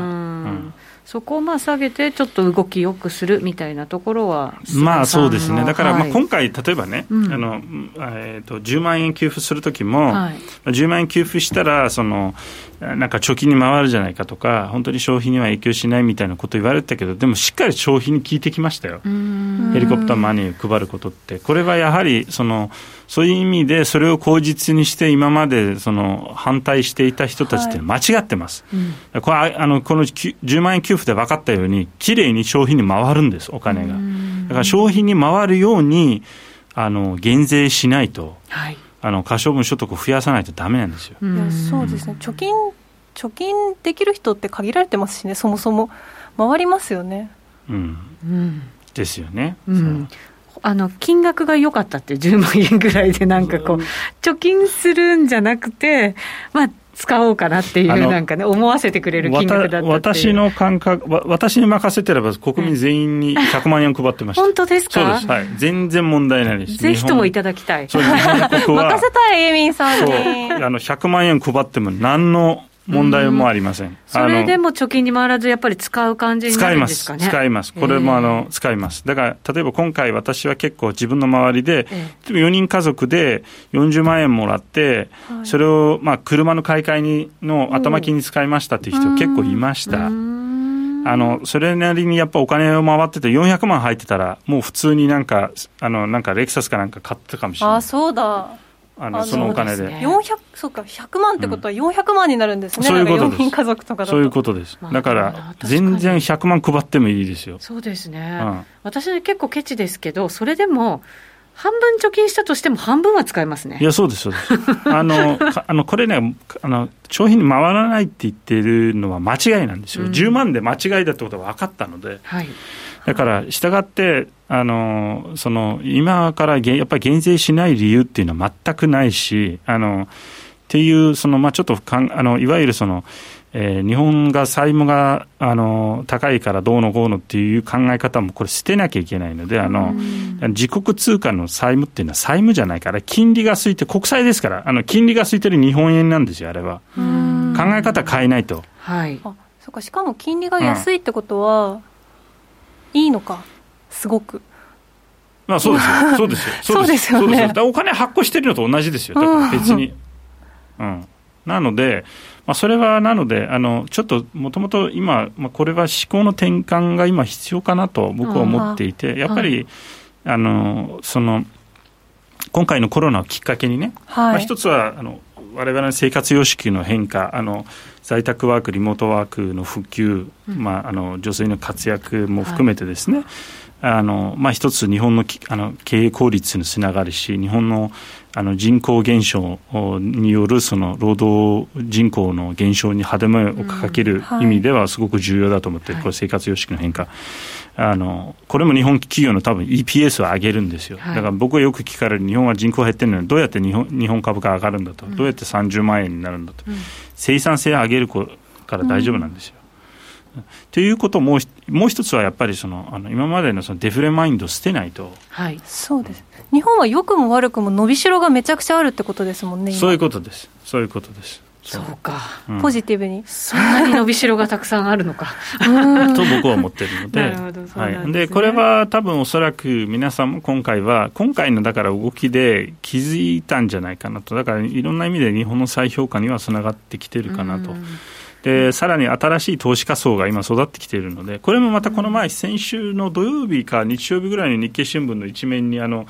そこをまあ下げてちょっと動きよくするみたいなところはまあそうですね。だからまあ今回例えばね、うん、あのえー、とじゅうまんえん給付するときも、はい、じゅうまんえん給付したらそのなんか貯金に回るじゃないかとか本当に消費には影響しないみたいなこと言われたけど、でもしっかり消費に効いてきましたよ。ヘリコプターマネーを配ることって、これはやはりそのそういう意味でそれを口実にして今までその反対していた人たちって間違ってます、はい、これあのこのじゅうまんえん給付で分かったようにきれいに消費に回るんです、お金が。だから消費に回るようにあの減税しないと、はい、あの可処分所得を増やさないとダメなんですよ。 いやそうですね、貯金貯金できる人って限られてますしね、そもそも回りますよね、 うんうん、ですよね、 うん、あの金額が良かったってじゅうまんえんぐらいでなんかこう貯金するんじゃなくて、まあ使おうかなっていうなんかね思わせてくれる金額だったっていう。 私の感覚、私に任せてれば国民全員にひゃくまんえん配ってました。 本当ですか？ そうです、はい、全然問題ないです。 ぜひともいただきたい。 そう日本国は任せたい、エイミンさんに。 そうあのひゃくまんえん配っても何の問題もありません。うん、 それでも貯金に回らずやっぱり使う感じになるんですかね。 使います、使います。これもあの使います。だから例えば今回私は結構自分の周りで、ええ、よにん家族でよんじゅうまんえんもらって、はい、それをまあ車の買い替えにの頭金に使いましたっていう人結構いました。あのそれなりにやっぱお金を回っててよんひゃくまん入ってたらもう普通になんかあのなんかレクサスかなんか買ってたかもしれない。 あ、そうだ。 あのそのお金でよんひゃくそうかひゃくまんってことはよんひゃくまんになるんですね、うん、そういうことです。よにん家族とかだとそういうことです。だから全然ひゃくまん配ってもいいですよ。 そうですね、うん、私ね結構ケチですけど、それでも半分貯金したとしても半分は使えますね。 いやそうですそうですあのあのこれねあの商品に回らないって言ってるのは間違いなんですよ、うん、じゅうまんで間違いだってことが分かったので、はい、だから従ってあのその今からやっぱり減税しない理由っていうのは全くないし、あのっていうその、まあ、ちょっとかんあのいわゆるその、えー、日本が債務があの高いからどうのこうのっていう考え方もこれ捨てなきゃいけないので、あの自国通貨の債務っていうのは債務じゃないから金利がついて国債ですから、あの金利がついてる日本円なんですよ、あれは。考え方変えないと、 はい、あそうか。しかも金利が安いってことは、うん、いいのかすごく。 まあ、そうですよそうですよそうですよね。 お金発行してるのと同じですよ、だから別に、うん、なので、まあ、それはなのであのちょっともともと今、まあ、これは思考の転換が今必要かなと僕は思っていて、やっぱり、はい、あのその今回のコロナをきっかけにね、はい、まあ、一つはあの我々の生活様式の変化、あの在宅ワークリモートワークの普及、うん、まあ、あの女性の活躍も含めてですね、はい、あのまあ、一つ日本の、あの経営効率につながるし、日本の、あの人口減少によるその労働人口の減少に歯止めをかける意味ではすごく重要だと思って、うん、はい、これ生活様式の変化、あのこれも日本企業の多分 イーピーエス を上げるんですよ、はい、だから僕はよく聞かれる、日本は人口減ってるのにどうやって日本、日本株価上がるんだと、うん、どうやってさんじゅうまんえんになるんだと、うん、生産性を上げるから大丈夫なんですよ、うん、ということももう一つはやっぱりそのあの今まで の, そのデフレマインドを捨てないと、 はい、そうです。日本は良くも悪くも伸びしろがめちゃくちゃあるってことですもんね。 そういうことです、そういうことです。 そうか、 うん、ポジティブにそんなに伸びしろがたくさんあるのかと僕は思っているので、なるほど、そうなんですね。はい、でこれは多分おそらく皆さんも今回は今回のだから動きで気づいたんじゃないかなと。だからいろんな意味で日本の再評価にはつながってきてるかなと。でさらに新しい投資家層が今育ってきているので、これもまたこの前先週の土曜日か日曜日ぐらいに日経新聞の一面にあの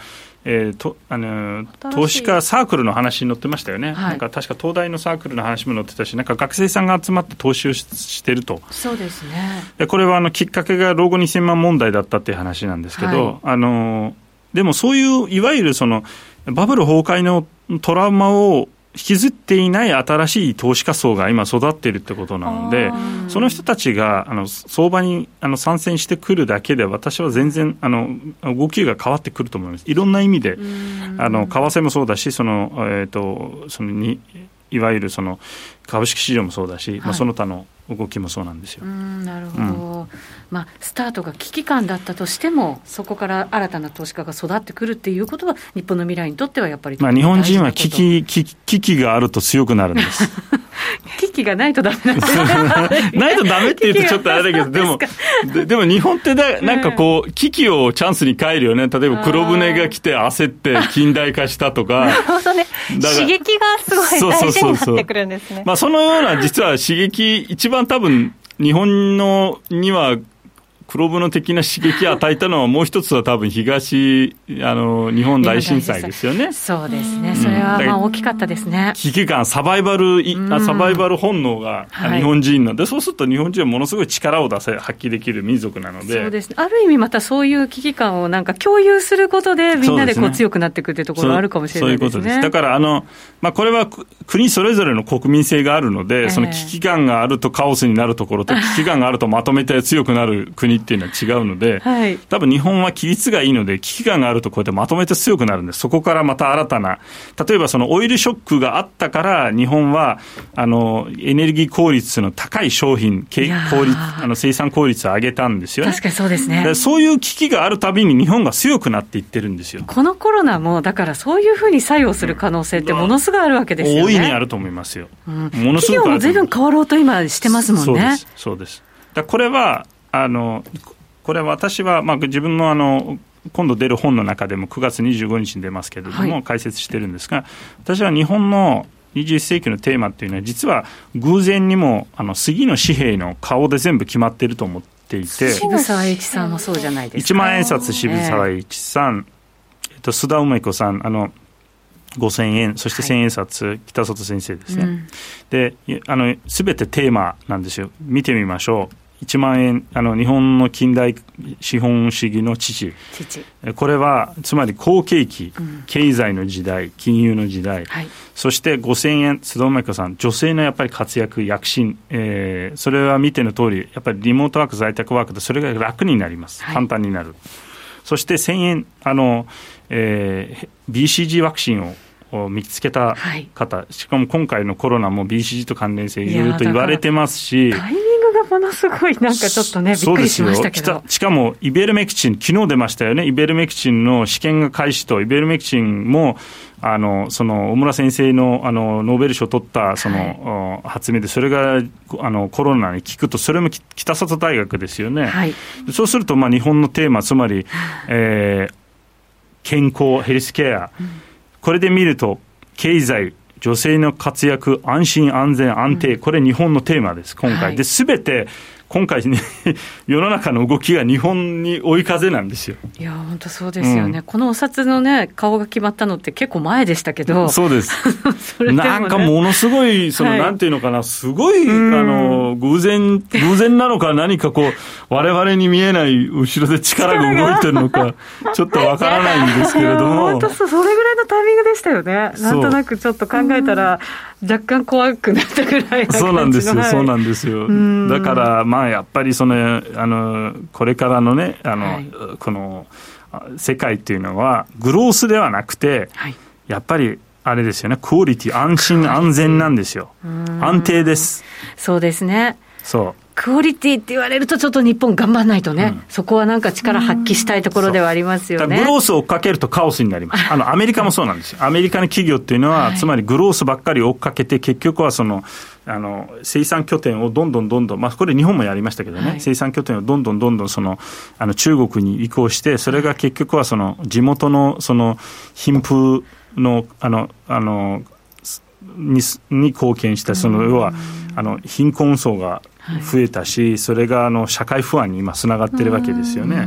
えー、とあの投資家サークルの話に載ってましたよね、はい、なんか確か東大のサークルの話も載ってたし、なんか学生さんが集まって投資を し, してると。 そうですね。 でこれはあのきっかけが老後にせんまん問題だったっていう話なんですけど、はい、あのでもそういういわゆるそのバブル崩壊のトラウマを引きずっていない新しい投資家層が今育っているってことなので、その人たちがあの相場にあの参戦してくるだけで私は全然あの動きが変わってくると思います。いろんな意味であの為替もそうだし、その、えーと、そのにいわゆるその株式市場もそうだし、はい、まあ、その他の動きもそうなんですよ。 うん、なるほど、うん、まあ、スタートが危機感だったとしてもそこから新たな投資家が育ってくるっていうことは日本の未来にとってはやっぱり、 まあ、日本人は危機、危機、危機があると強くなるんです危機がないとダメなんですないとダメって言うとちょっとあれだけどでもで、でも日本ってだなんかこう危機をチャンスに変えるよね。例えば黒船が来て焦って近代化したとかなるほどね、刺激がすごい大事になってくるんですね。 まあ、そのような実は刺激一番多分日本のには黒船的な刺激を与えたのはもう一つは多分東あの日本大震災ですよね。 そうですね、それはまあ大きかったですね。 危機感サバイバル、あサバイバル本能が日本人なんで、はい、そうすると日本人はものすごい力を出せ発揮できる民族なので、 そうですね、ある意味またそういう危機感をなんか共有することでみんなでこう強くなっていくというところがあるかもしれないですね。 そういうことです。だからあの、まあ、これは国それぞれの国民性があるので、その危機感があるとカオスになるところと危機感があるとまとめて強くなる国っていうのは違うので、はい、多分日本は規律がいいので危機感があるとこうやってまとめて強くなるんです。そこからまた新たな、例えばそのオイルショックがあったから日本はあのエネルギー効率の高い商品効率あの生産効率を上げたんですよね。 確かにそうですね。 でそういう危機があるたびに日本が強くなっていってるんですよ。 このコロナもだからそういうふうに作用する可能性ってものすごいあるわけですよね。 大いにあると思いますよ、うん、ものすごくある。企業も随分変わろうと今してますもんね。 そうです、そうです。だこれはあのこれは私は、まあ、自分の、あの今度出る本の中でもくがつにじゅうごにちに出ますけれども、はい、解説してるんですが、私は日本のにじゅういっせいきのテーマっていうのは実は偶然にもあの次の紙幣の顔で全部決まっていると思っていて、 渋沢栄一さんもそうじゃないですか。 いちまんえん札渋沢栄一さん、えっと、須田梅子さん、あのごせんえん、そしてせんえん札、はい、北里先生ですね、うん、であの全てテーマなんですよ。見てみましょう。いちまんえん、あの日本の近代資本主義の父、父これはつまり好景気、うん、経済の時代、金融の時代、はい、そしてごせんえん、須藤真紀子さん、女性のやっぱり活躍、躍進、えー、それは見ての通りやっぱりリモートワーク、在宅ワークでそれが楽になります、はい、簡単になる。そしてせんえん、あの、えー、ビーシージー ワクチンをを見つけた方、はい、しかも今回のコロナも ビーシージー と関連性いろいろと言われてますし、 タイミングがものすごいなんかちょっとねびっくりしましたけど、 しかもイベルメクチン、昨日出ましたよね。イベルメクチンの試験が開始と、イベルメクチンもあのその小村先生 の, あのノーベル賞を取ったその、はい、発明で、それがあのコロナに効くと、それも北里大学ですよね、はい、そうするとまあ日本のテーマ、つまり、えー、健康、ヘルスケア、うん、これで見ると経済、女性の活躍、安心安全安定、これ日本のテーマです今回、はい、で全て今回ね世の中の動きが日本に追い風なんですよ。 いや本当そうですよね、うん、このお札のね顔が決まったのって結構前でしたけど、 そうですそれでも、ね、なんかものすごいその、はい、なんていうのかな、すごいあの偶然偶然なのか何かこう我々に見えない後ろで力が動いてるのかちょっとわからないんですけれども、 本当それぐらいのタイミングでしたよね。なんとなくちょっと考えたら若干怖くなったぐらいな感じの。 そうなんですよ、はい、そうなんですよ。だからまあやっぱりそのあのこれからのねあの、はい、この世界っていうのはグロースではなくて、はい、やっぱりあれですよね、クオリティ、安心安全なんですよ。安定です。 そうですね。 そうクオリティって言われるとちょっと日本頑張らないとね、うん、そこはなんか力発揮したいところではありますよね。 グロースを追っかけるとカオスになります。あのアメリカもそうなんですよ。アメリカの企業っていうのは、はい、つまりグロースばっかり追っかけて結局はそのあの生産拠点をどんどんどんどん、まあ、これ日本もやりましたけどね、はい、生産拠点をどんどんどんどんそのあの中国に移行して、それが結局はその地元のその貧富のあのあのに, に貢献した、その要はあの貧困層が増えたし、はい、それがあの社会不安に今つながってるわけですよね。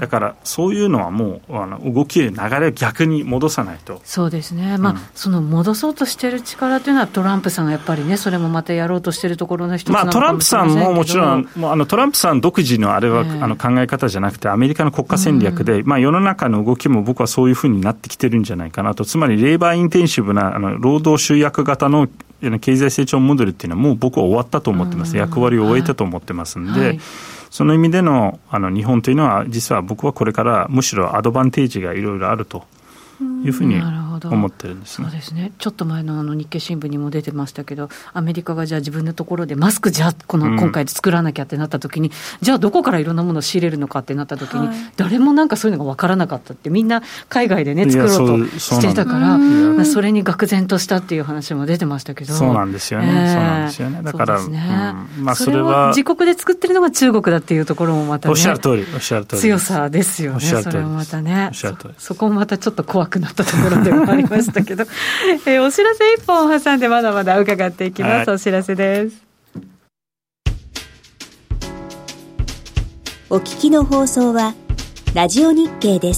だからそういうのはもうあの動き流れを逆に戻さないと。 そうですね、まあうん、その戻そうとしている力というのはトランプさんがやっぱりね、それもまたやろうとしているところの一つなのかもしれませんけど、まあ、トランプさんももちろんもうあのトランプさん独自のあれは、えー、あの考え方じゃなくてアメリカの国家戦略で、うん、まあ、世の中の動きも僕はそういうふうになってきてるんじゃないかなと。つまりレーバーインテンシブなあの労働集約型の経済成長モデルっていうのはもう僕は終わったと思ってます、うん、役割を終えたと思ってますんで、はいはい、その意味で の, あの日本というのは実は僕はこれからむしろアドバンテージがいろいろあるというふうに思ってるんですね。 そうですね。ちょっと前 の, あの日経新聞にも出てましたけど、アメリカがじゃあ自分のところでマスクじゃあこの今回で作らなきゃってなった時に、うん、じゃあどこからいろんなものを仕入れるのかってなった時に、はい、誰もなんかそういうのが分からなかったって、みんな海外でね作ろうとしてたから、 そ, それに愕然としたっていう話も出てましたけど。 そうなんですよね、えー、そうなんですよね。だからそ、ね、 うん、まあ、それは自国で作ってるのが中国だっていうところもまたね、 おっしゃる通りおっしゃる通り強さですよね。それはまたね、そ, そこもまたちょっと怖くなったところでもありましたけどえー、お知らせ一本挟んでまだまだ伺っていきます、はい、お知らせです。 お聞きの放送はラジオ日経です。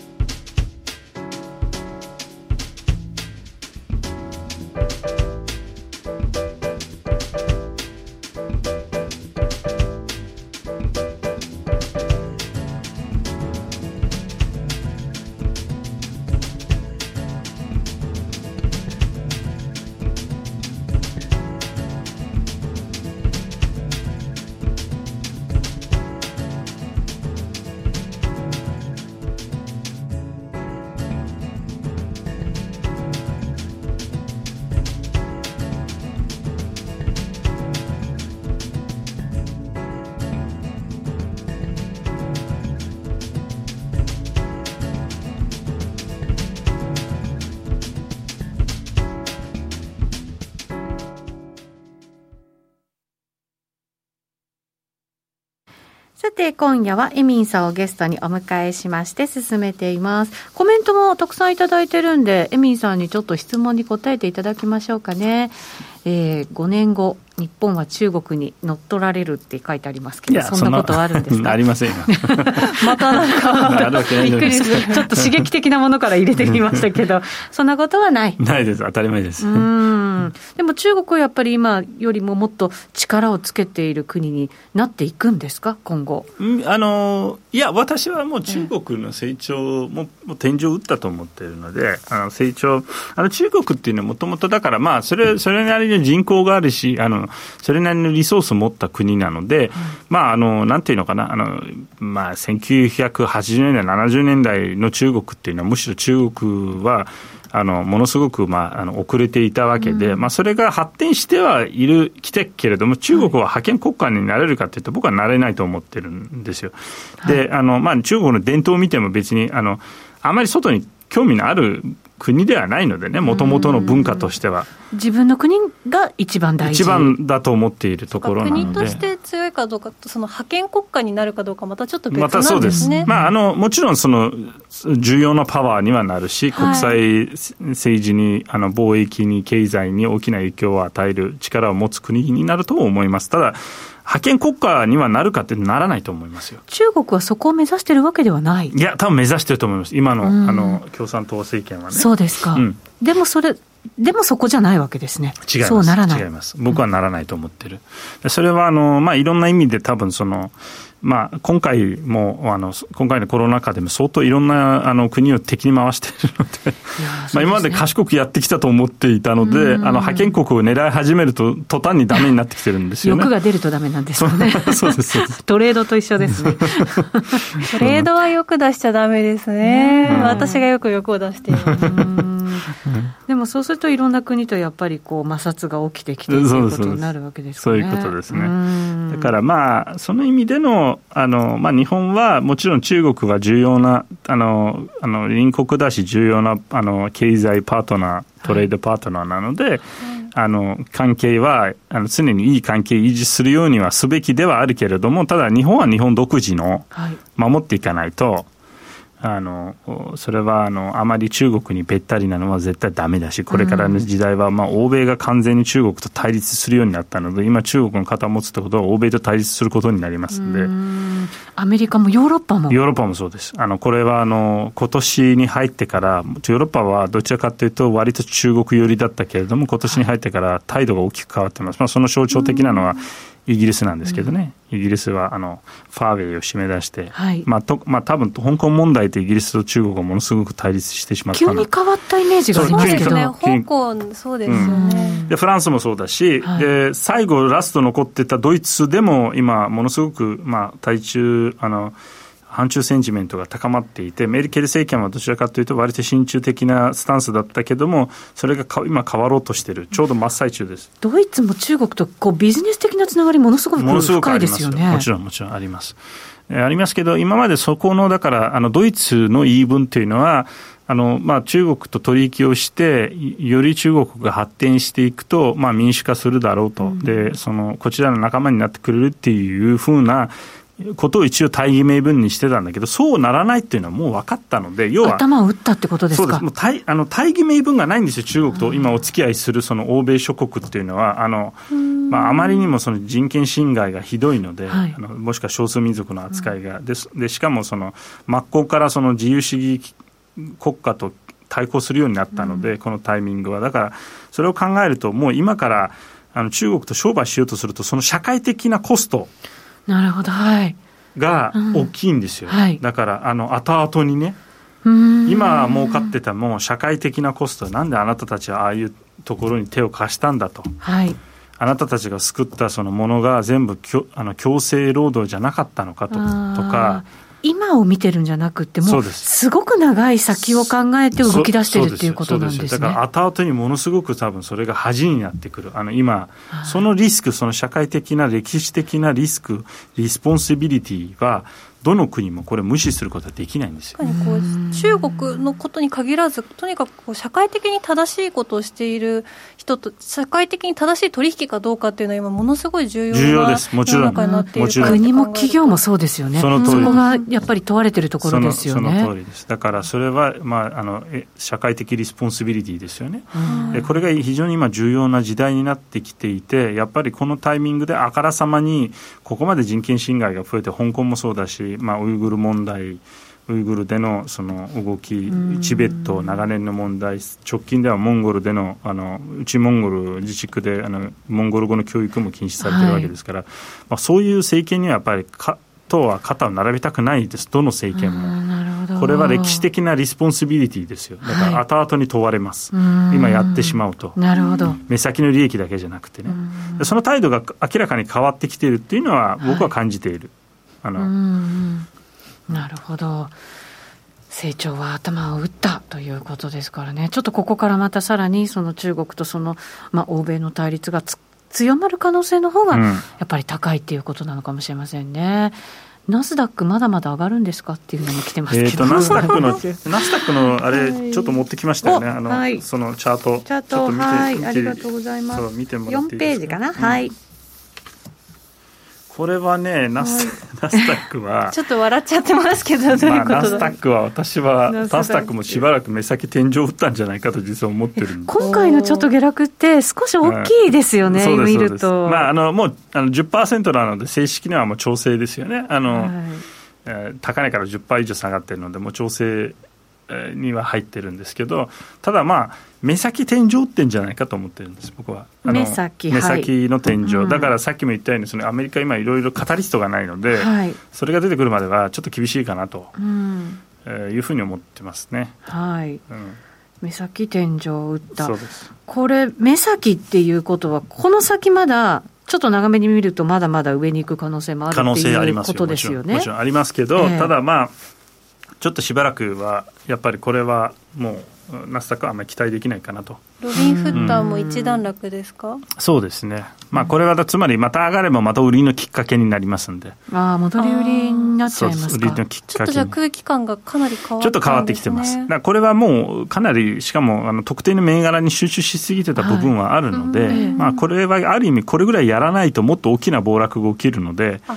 さて今夜はエミンさんをゲストにお迎えしまして進めています。コメントもたくさんいただいてるんで、エミンさんにちょっと質問に答えていただきましょうかね。えー、ごねんご日本は中国に乗っ取られるって書いてありますけど、そんなことはあるんですか？ ありませんよまたなんかびっくりする、ちょっと刺激的なものから入れてみましたけどそんなことはないないです。当たり前です。 うーん、でも中国はやっぱり今よりももっと力をつけている国になっていくんですか今後？ あのいや私はもう中国の成長も、えー、もう天井を打ったと思っているので、あの成長あの中国っていうのはもともとだから、まあそれそれなりの人口があるし、あのそれなりのリソースを持った国なので、うん、まああのなんていうのかな、あのまあせんきゅうひゃくはちじゅうねんだいななじゅうねんだいの中国っていうのはむしろ中国はあのものすごく、まあ、あの遅れていたわけで、うん、まあ、それが発展してはいるきてけれども、中国は覇権国家になれるかというと僕はなれないと思ってるんですよ。はい、であの、まあ、中国の伝統を見ても別にあのあまり外に興味のある国ではないのでね、もともとの文化としては自分の国が一番大事、 一番だと思っているところなので、 国として強いかどうか、その覇権国家になるかどうかまたちょっと別なんですね。またそうです、 まあ、あのもちろんその重要なパワーにはなるし、国際政治に、あの貿易に経済に大きな影響を与える力を持つ国になると思います。ただ覇権国家にはなるかってならないと思いますよ。 中国はそこを目指しているわけではない。 いや多分目指していると思います。今 の,、うん、あの共産党政権はね。 そうですか、うん、でもそれでもそこじゃないわけですね。 違います。 そうならない。 違います。僕はならないと思ってる、うん、それはあの、まあ、いろんな意味で多分そのまあ、今回もあの今回のコロナ禍でも相当いろんなあの国を敵に回しているの で, で、ね、まあ、今まで賢くやってきたと思っていたので、あの覇権国を狙い始めると途端にダメになってきてるんですよね。 欲が出るとダメなんですよね。 そうですそうですトレードと一緒ですね。 トレードは欲出しちゃダメですね。私がよく欲を出している。 でもそうするといろんな国とやっぱりこう摩擦が起きてきてということになるわけですかね。 そういうことですね。だからまあその意味でのあの、まあ、日本はもちろん中国は重要なあのあの隣国だし重要なあの経済パートナートレードパートナーなので、はい、あの関係はあの常にいい関係を維持するようにはすべきではあるけれども、ただ日本は日本独自の守っていかないと、 あのそれはあのあまり中国にべったりなのは絶対ダメだし、これからの時代は、まあ、欧米が完全に中国と対立するようになったので、今中国の肩を持つということは欧米と対立することになりますので、 うん、アメリカもヨーロッパもヨーロッパもそうです。あのこれはあの今年に入ってからヨーロッパはどちらかというと割と中国寄りだったけれども、今年に入ってから態度が大きく変わっています。まあ、その象徴的なのはイギリスなんですけどね、うん、イギリスはあのファーウェイを締め出して、はいまあとまあ、多分香港問題とイギリスと中国がものすごく対立してしまったの。 急に変わったイメージがありますけど、 ね、香港そうですよね、 うん、でフランスもそうだし、はい、で最後ラスト残ってたドイツでも今ものすごく、まあ、対中あの反中センチメントが高まっていて、メルケル政権はどちらかというと割と親中的なスタンスだったけども、それが今変わろうとしているちょうど真っ最中です。 ドイツも中国とこうビジネス的なつながりものすごく深いですよね。 ものすごくありますよ。もちろんもちろんあります、えー、ありますけど、今までそこのだからあのドイツの言い分というのはあの、まあ、中国と取引をしてより中国が発展していくと、まあ、民主化するだろうと、うん、でそのこちらの仲間になってくれるっていうふうなことを一応大義名分にしてたんだけど、そうならないっていうのはもう分かったので、要は頭を打ったってことですか。 そうです。もう 大, あの大義名分がないんですよ、中国と今お付き合いするその欧米諸国っていうのは。あの、まあ、あまりにもその人権侵害がひどいので、はい、あのもしくは少数民族の扱いが、うん、で, でしかもその真っ向からその自由主義国家と対抗するようになったので、うん、このタイミングはだからそれを考えると、もう今からあの中国と商売しようとすると、その社会的なコストなるほど、はい、 が大きいんですよ、うんはい、だからあの後々にね、 うん今儲かってたもう社会的なコスト、なんであなたたちはああいうところに手を貸したんだと、 はい、 あなたたちが作ったそのものが全部きょあの強制労働じゃなかったのかと、とか、 今を見てるんじゃなくてもうすごく長い先を考えて動き出してるっていうことなんですね。 だから後々にものすごく多分それが恥になってくる。あの今そのリスク、その社会的な歴史的なリスク、リスポンシビリティはどの国もこれ無視することはできないんですよ。 こう中国のことに限らず、とにかくこう社会的に正しいことをしている人と社会的に正しい取引かどうかっていうのは今ものすごい重要な世の中になっている。 国も企業もそうですよね。 その通りです。 そこがやっぱり問われているところですよね。 その、その通りです。だからそれは、まあ、あの社会的リスポンシビリティですよね。でこれが非常に今重要な時代になってきていて、やっぱりこのタイミングであからさまにここまで人権侵害が増えて、香港もそうだし、まあ、ウイグル問題、ウイグルでのその動き、チベット長年の問題、直近ではモンゴルでの、あの内モンゴル自治区であのモンゴル語の教育も禁止されているわけですから、はいまあ、そういう政権にはやっぱりかとは肩を並べたくないです。どの政権もこれは歴史的なリスポンシビリティですよ。だから後々に問われます、はい、今やってしまうと。 なるほど。 目先の利益だけじゃなくてね、その態度が明らかに変わってきているっていうのは僕は感じている、はい、あのうんなるほど。成長は頭を打ったということですからね。ちょっとここからまたさらにその中国とその、まあ、欧米の対立がつ強まる可能性の方がやっぱり高いっていうことなのかもしれませんね、うん、ナスダックまだまだ上がるんですかっていうのも来てますけど、えー、とナスダックのナスダックのあれちょっと持ってきましたよね、あの、はい、そのチャートチャートちょっと見て、はい、ありがとうございます。 そう見てもらっていいですか。 よんページかな、うん、はいこれはねナス、はい、ナスダックはちょっと笑っちゃってますけど、どういうことだ、まあ、 ナスダックは私はナスダックもしばらく目先天井を打ったんじゃないかと実は思ってるんです。 今回のちょっと下落って少し大きいですよね、はい、見ると、 まあ、あのもうあの じゅっパーセント なので正式にはもう調整ですよね。あの、はいえー、高値から じゅっパーセント 以上下がってるのでもう調整には入ってるんですけど、ただまあ目先天井ってんじゃないかと思ってるんです僕は。あの目先、 目先の天井、 はい、 だからさっきも言ったようにそのアメリカ今いろいろカタリストがないので、 はい、 それが出てくるまではちょっと厳しいかなと、 うんえー、いうふうに思ってますね。 はい、 うん、 目先天井を打った。 そうです。 これ目先っていうことはこの先まだちょっと長めに見るとまだまだ上に行く可能性もあるっていうことですよね。 もちろんありますけど、えー、ただまあちょっとしばらくはやっぱりこれはもうナスダックはあんまり期待できないかなと。 ロビンフッターも一段落ですか。うん、 そうですね、まあ、これはつまりまた上がればまた売りのきっかけになりますんで、 あ戻り売りになっちゃいますか。 売りのきっかけにちょっとじゃあ空気感がかなり変わって、ね、 ちょっと変わってきてます。だからこれはもうかなりしかもあの特定の銘柄に集中しすぎてた部分はあるので、はいまあ、これはある意味これぐらいやらないともっと大きな暴落が起きるので、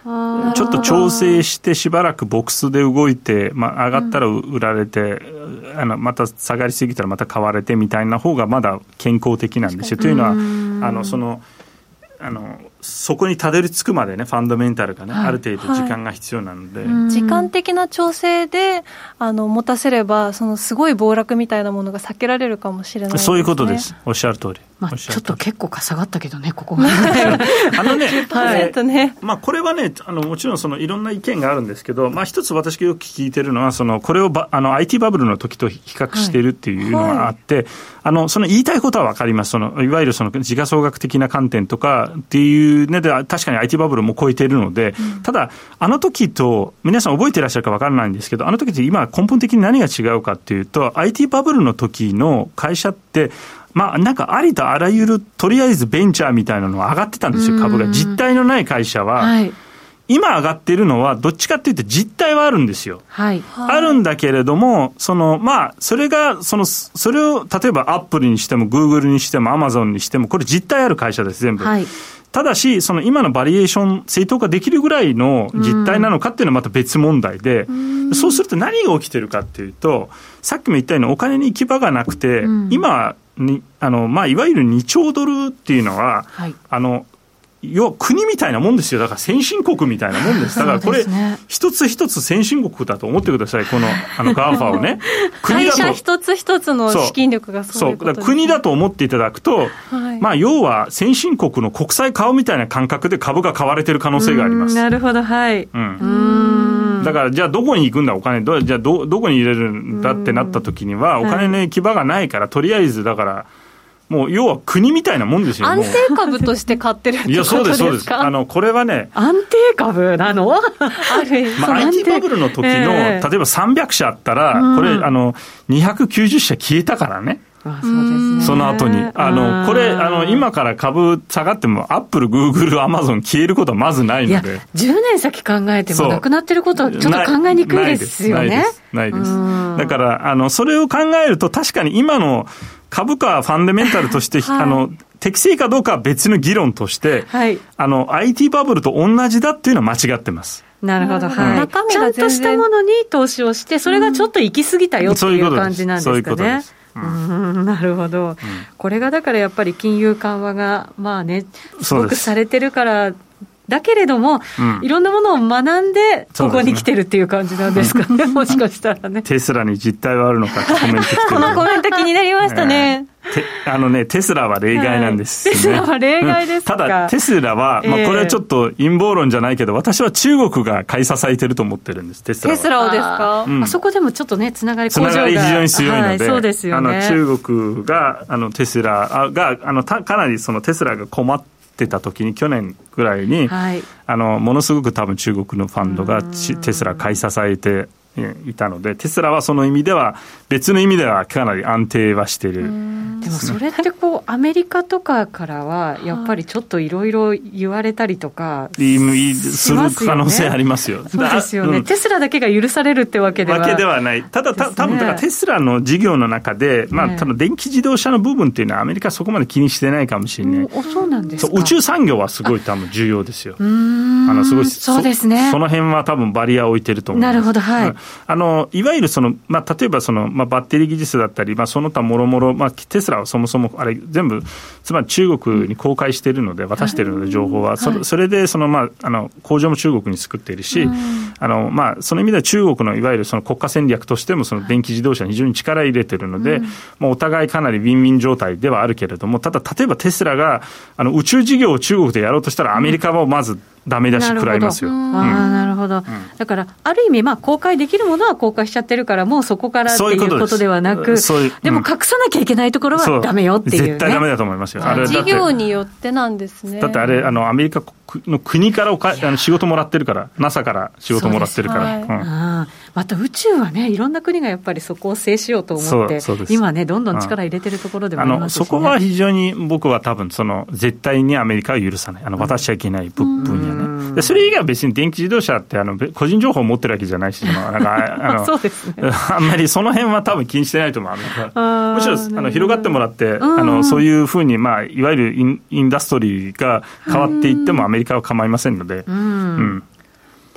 ちょっと調整してしばらくボックスで動いて、まあ、上がったら売られて、うん、あのまた下がりすぎたらまた買われてみたいな方がまだ健康的なんですよ。というのはあのそのあのそこにたどり着くまでねファンダメンタルがね、はい、ある程度時間が必要なので、 はい、時間的な調整であの持たせればそのすごい暴落みたいなものが避けられるかもしれないですね。 そういうことです。おっしゃる通り、 まあ、ちょっと結構かさがったけどねここがあのね、 じゅっパーセントね、 まあ、これはねあのもちろんそのいろんな意見があるんですけど、まあ、一つ私がよく聞いてるのはそのこれをばあの アイティー バブルの時と比較しているっていうのがあって、はいはい、あのその言いたいことは分かります。そのいわゆるその時価総額的な観点とかっていうねで確かに アイティー バブルも超えているので、うん、ただあの時と皆さん覚えていらっしゃるか分からないんですけど、あの時って今根本的に何が違うかっていうと アイティー バブルの時の会社ってまあ、なんかありとあらゆるとりあえずベンチャーみたいなのは上がってたんですよ。株が実態のない会社は、はい、今上がっているのはどっちかっていうと実態はあるんですよ、はい、あるんだけれどもそのまあそれがそのそれを例えばアップルにしてもグーグルにしてもアマゾンにしてもこれ実態ある会社です全部、はい、ただしその今のバリエーション正当化できるぐらいの実態なのかっていうのはまた別問題で、うそうすると何が起きてるかっていうとさっきも言ったようにお金に行き場がなくて、今にあの、まあ、いわゆるにちょうドルっていうのは、はい、あの要は国みたいなもんですよ。だから先進国みたいなもんです。だからこれ、ね、一つ一つ先進国だと思ってください。このあのガーファをね国だと会社一つ一つの資金力がそういうことですね。そうだから国だと思っていただくと、はい、まあ、要は先進国の国債買うみたいな感覚で株が買われてる可能性があります。 なるほど、はい、うん、 うんだからじゃあどこに行くんだお金どじゃあ ど, どこに入れるんだってなった時にはお金の行き場がないから、はい、とりあえずだからもう要は国みたいなもんですよ。 安定株として買ってるってことですか。いやそうですそうです。 あのこれはね安定株なのある、 まあ、アイティー バブルの時の、えー、例えばさんびゃくしゃあったら、うん、これあのにひゃくきゅうじゅっしゃ消えたからね。 あそうですね、 その後にあのこれあの今から株下がってもアップル、グーグル、アマゾン消えることはまずないので、 いやじゅうねん先考えてもなくなってることはちょっと考えにくいですよね。 ないですないですないです。だからあのそれを考えると確かに今の株価はファンダメンタルとして、はい、あの適正かどうかは別の議論として、はい、あの アイティー バブルと同じだっていうのは間違ってます。 なるほど、はい、中身がちゃんとしたものに投資をしてそれがちょっと行き過ぎたよっていう感じなんですかね。そういうことです。うん、なるほど、うん、これがだからやっぱり金融緩和がまあねすごくされてるからだけれども、うん、いろんなものを学んでここに来てるっていう感じなんですかね、もしかしたらね。 テスラに実態はあるのかってコメント来てるこのコメント気になりましたね。 あのね、テスラは例外なんです、ね、 はい、テスラは例外ですか、 うん、ただテスラは、まあ、これはちょっと陰謀論じゃないけど、私は中国が買い支えてると思ってるんです。テスラは。 テスラをですか、 うん、あそこでもちょっとねつながり工場がつながり非常に強いので、はい、 そうですよね、 あの中国があのテスラがあのたかなりそのテスラが困ってた時に去年ぐらいに、はい、あのものすごく多分中国のファンドがテスラ買い支えていたので、テスラはその意味では別の意味ではかなり安定はしている。 でもそれってこうアメリカとかからはやっぱりちょっといろいろ言われたりとかする可能性ありますよ。 そうですよね、うん、テスラだけが許されるってわけではわけではない。ただた多分だからテスラの事業の中で、まあ、多分電気自動車の部分っていうのはアメリカはそこまで気にしてないかもしれない。 おそうなんですか。 宇宙産業はすごい多分重要ですよ。 うーんあのすごいそうですね。 そ, その辺は多分バリアを置いてると思います。 なるほど、はい、うん、 あのいわゆるその、まあ、例えばその、まあ、バッテリー技術だったり、まあ、その他もろもろ、まあ、テスラはそもそもあれ全部つまり中国に公開しているので渡しているので情報は、はい、そ, それでその、まあ、あの工場も中国に作っているし、あの、まあ、その意味では中国のいわゆるその国家戦略としてもその電気自動車に非常に力入れているので、まあ、お互いかなりウィンウィン状態ではあるけれども、ただ例えばテスラがあの宇宙事業を中国でやろうとしたらアメリカはまずダメ出し食らいますよ。 なるほど、うん、あなるほど、うん、だからある意味まあ公開できるものは公開しちゃってるからもうそこからっていうことではなく、そういうことです。でも隠さなきゃいけないところはダメよっていう、ね、 絶対ダメだと思いますよ。あれ事業によってなんですね。 だってあれあのアメリカの国からおかあの仕事もらってるから ナサ から仕事もらってるから、はい、うん、 あまた宇宙はねいろんな国がやっぱりそこを制しようと思って今ねどんどん力入れてるところでもありますし、ね、 あのそこは非常に僕は多分その絶対にアメリカは許さない、あの渡しちゃいけない分野ね。でそれ以外は別に電気自動車ってあの個人情報を持ってるわけじゃないし、なんかあのそうですね、 あんまりその辺は多分気にしてないと思う。むしろあの広がってもらってあのそういうふうに、まあ、いわゆるイン、インダストリーが変わっていってもアメリカは構いませんので、うんうん、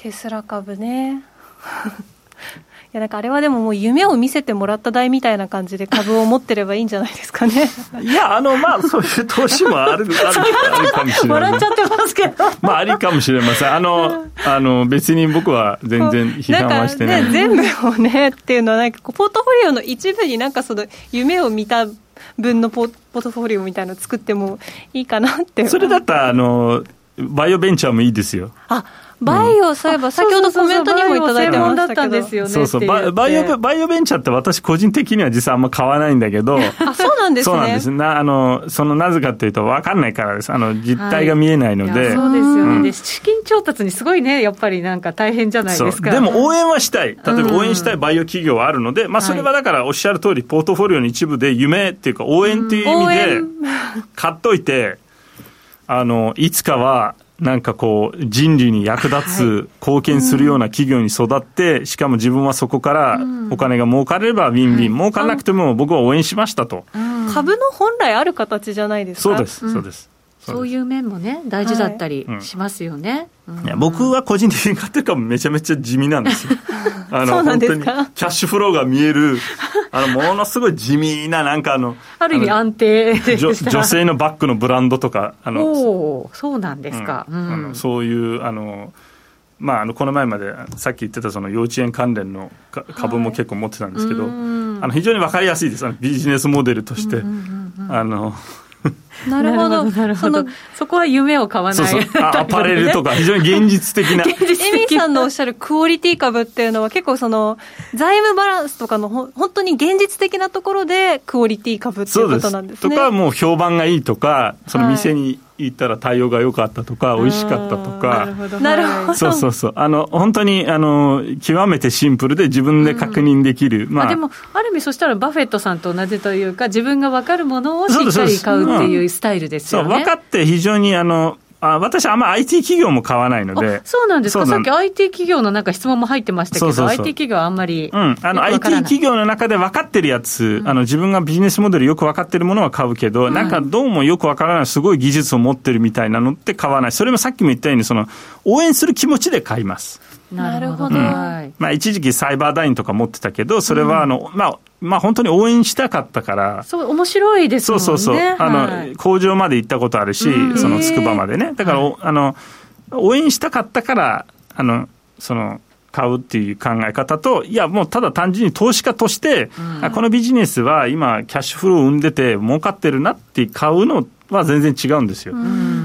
テスラ株ねいやなんかあれはでももう夢を見せてもらった代みたいな感じで株を持ってればいいんじゃないですかねいやあのまあそういう投資もあるあるあるかもしれない笑っちゃってますけどまあありかもしれません。あのあの別に僕は全然批判はしてない。 なんか、ね、全部をねっていうのはなんかこうポートフォリオの一部になんかその夢を見た分のポ、ポートフォリオみたいなの作ってもいいかなって。 それだったらあのバイオベンチャーもいいですよ。 あバイオ、うん、そういえば先ほどコメントにもいただいてましたけど、 そうそうバイオ、バイオベンチャーって私個人的には実はあんま買わないんだけどあそうなんですね。 そうなんですなあのそのなぜかというと分かんないからです。あの実態が見えないので、 はい、そうですよね、うん、で資金調達にすごいねやっぱりなんか大変じゃないですか。 でも応援はしたい。例えば応援したいバイオ企業はあるので、うんまあ、それはだからおっしゃる通りポートフォリオの一部で夢っていうか応援っていう意味で買っといて、あのいつかはなんかこう人類に役立つ貢献するような企業に育って、はい、しかも自分はそこからお金が儲かればウィンウィン、うん、儲からなくても僕は応援しましたと、 うん、株の本来ある形じゃないですか。 そうですそうです、 うん、そういう面もね大事だったりしますよね、はいうん、いや僕は個人的に買ってる株めちゃめちゃ地味なんですよあのそうなんですか。 本当にキャッシュフローが見えるあのものすごい地味ななんかあのある意味安定でした女性のバッグのブランドとかあのおそうなんですか、うんうん、 あのそういうあのまあ、あのこの前までさっき言ってたその幼稚園関連の株も結構持ってたんですけど、はい、あの非常に分かりやすいです。あのビジネスモデルとして、うんうんうんうん、あのなるほどなるほど そ, そこは夢を買わない。 そうそうアパレルとか非常に現実的なエミさんのおっしゃるクオリティ株っていうのは結構その財務バランスとかのほ本当に現実的なところでクオリティ株っていうことなんですね。 そうですとかもう評判がいいとかその店に行ったら対応が良かったとか、はい、美味しかったとか。 なるほどなるほど。 そうそうそうあの本当にあの極めてシンプルで自分で確認できる、 うんまあ、あでもある意味そしたらバフェットさんと同じというか自分が分かるものをしっかり買うっていうスタイルですよね。 そう分かって非常にあのあ私あんま アイティー 企業も買わないので。 そうなんですか。さっき アイティー 企業のなんか質問も入ってましたけど、そうそうそう アイティー 企業はあんまり、 うん、あの アイティー 企業の中で分かってるやつ、うん、あの自分がビジネスモデルよく分かってるものは買うけど、うん、なんかどうもよく分からないすごい技術を持ってるみたいなのって買わない。それもさっきも言ったようにその応援する気持ちで買います。 なるほど、 うんまあ、一時期サイバーダインとか持ってたけどそれはあの、うんまあまあ、本当に応援したかったからそう面白いですもんね。 そうそうそうあの、はい、工場まで行ったことあるし、うん、その筑波までねだから、はい、あの応援したかったからあのその買うっていう考え方といやもうただ単純に投資家として、うん、このビジネスは今キャッシュフローを生んでて儲かってるなって買うのは全然違うんですよ、うん、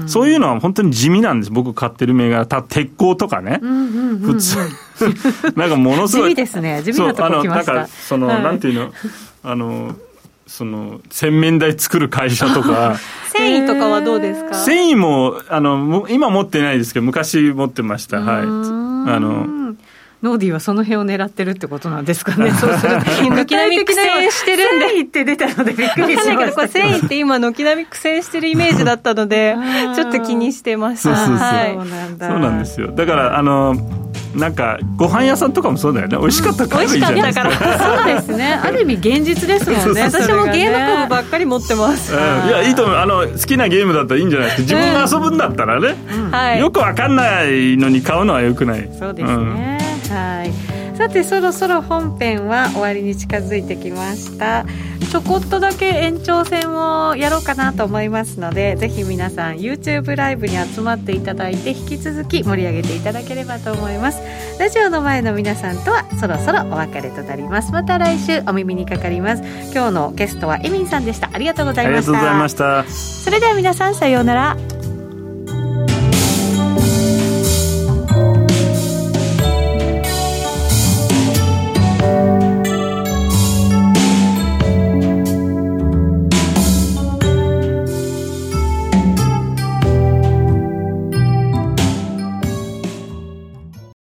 そういうのは本当に地味なんです。僕買ってる銘柄た鉄鋼とかね、うんうんうんうん、普通なんかものすごい地味ですね。地味なとこ来ました。 なんかその、はい、なんていうのあのその洗面台作る会社とか繊維とかはどうですか。 繊維もあの今持ってないですけど昔持ってました。はいあのノーディーはその辺を狙ってるってことなんですかね。そうすると軒並み苦戦してるんで繊維って出たのでびっくりしましたけどこれ繊維って今軒並み苦戦してるイメージだったのでちょっと気にしてました。 そうそうそう、 はい、 そうなんだそうなんですよ。だからあのなんかご飯屋さんとかもそうだよね。美味しかったからいいじゃないですか、うん、美味しかったからそうですね。ある意味現実ですもんね。そうそう私もゲーム株ばっかり持ってます、 うん、いやいいと思う。あの好きなゲームだったらいいんじゃないですか。自分が遊ぶんだったらね、うん、よくわかんないのに買うのはよくない。 そうですね、うん、はいさてそろそろ本編は終わりに近づいてきました。ちょこっとだけ延長戦をやろうかなと思いますのでぜひ皆さん YouTube ライブに集まっていただいて引き続き盛り上げていただければと思います。ラジオの前の皆さんとはそろそろお別れとなります。また来週お耳にかかります。今日のゲストはエミンさんでした。ありがとうございました。 ありがとうございました。 それでは皆さんさようなら。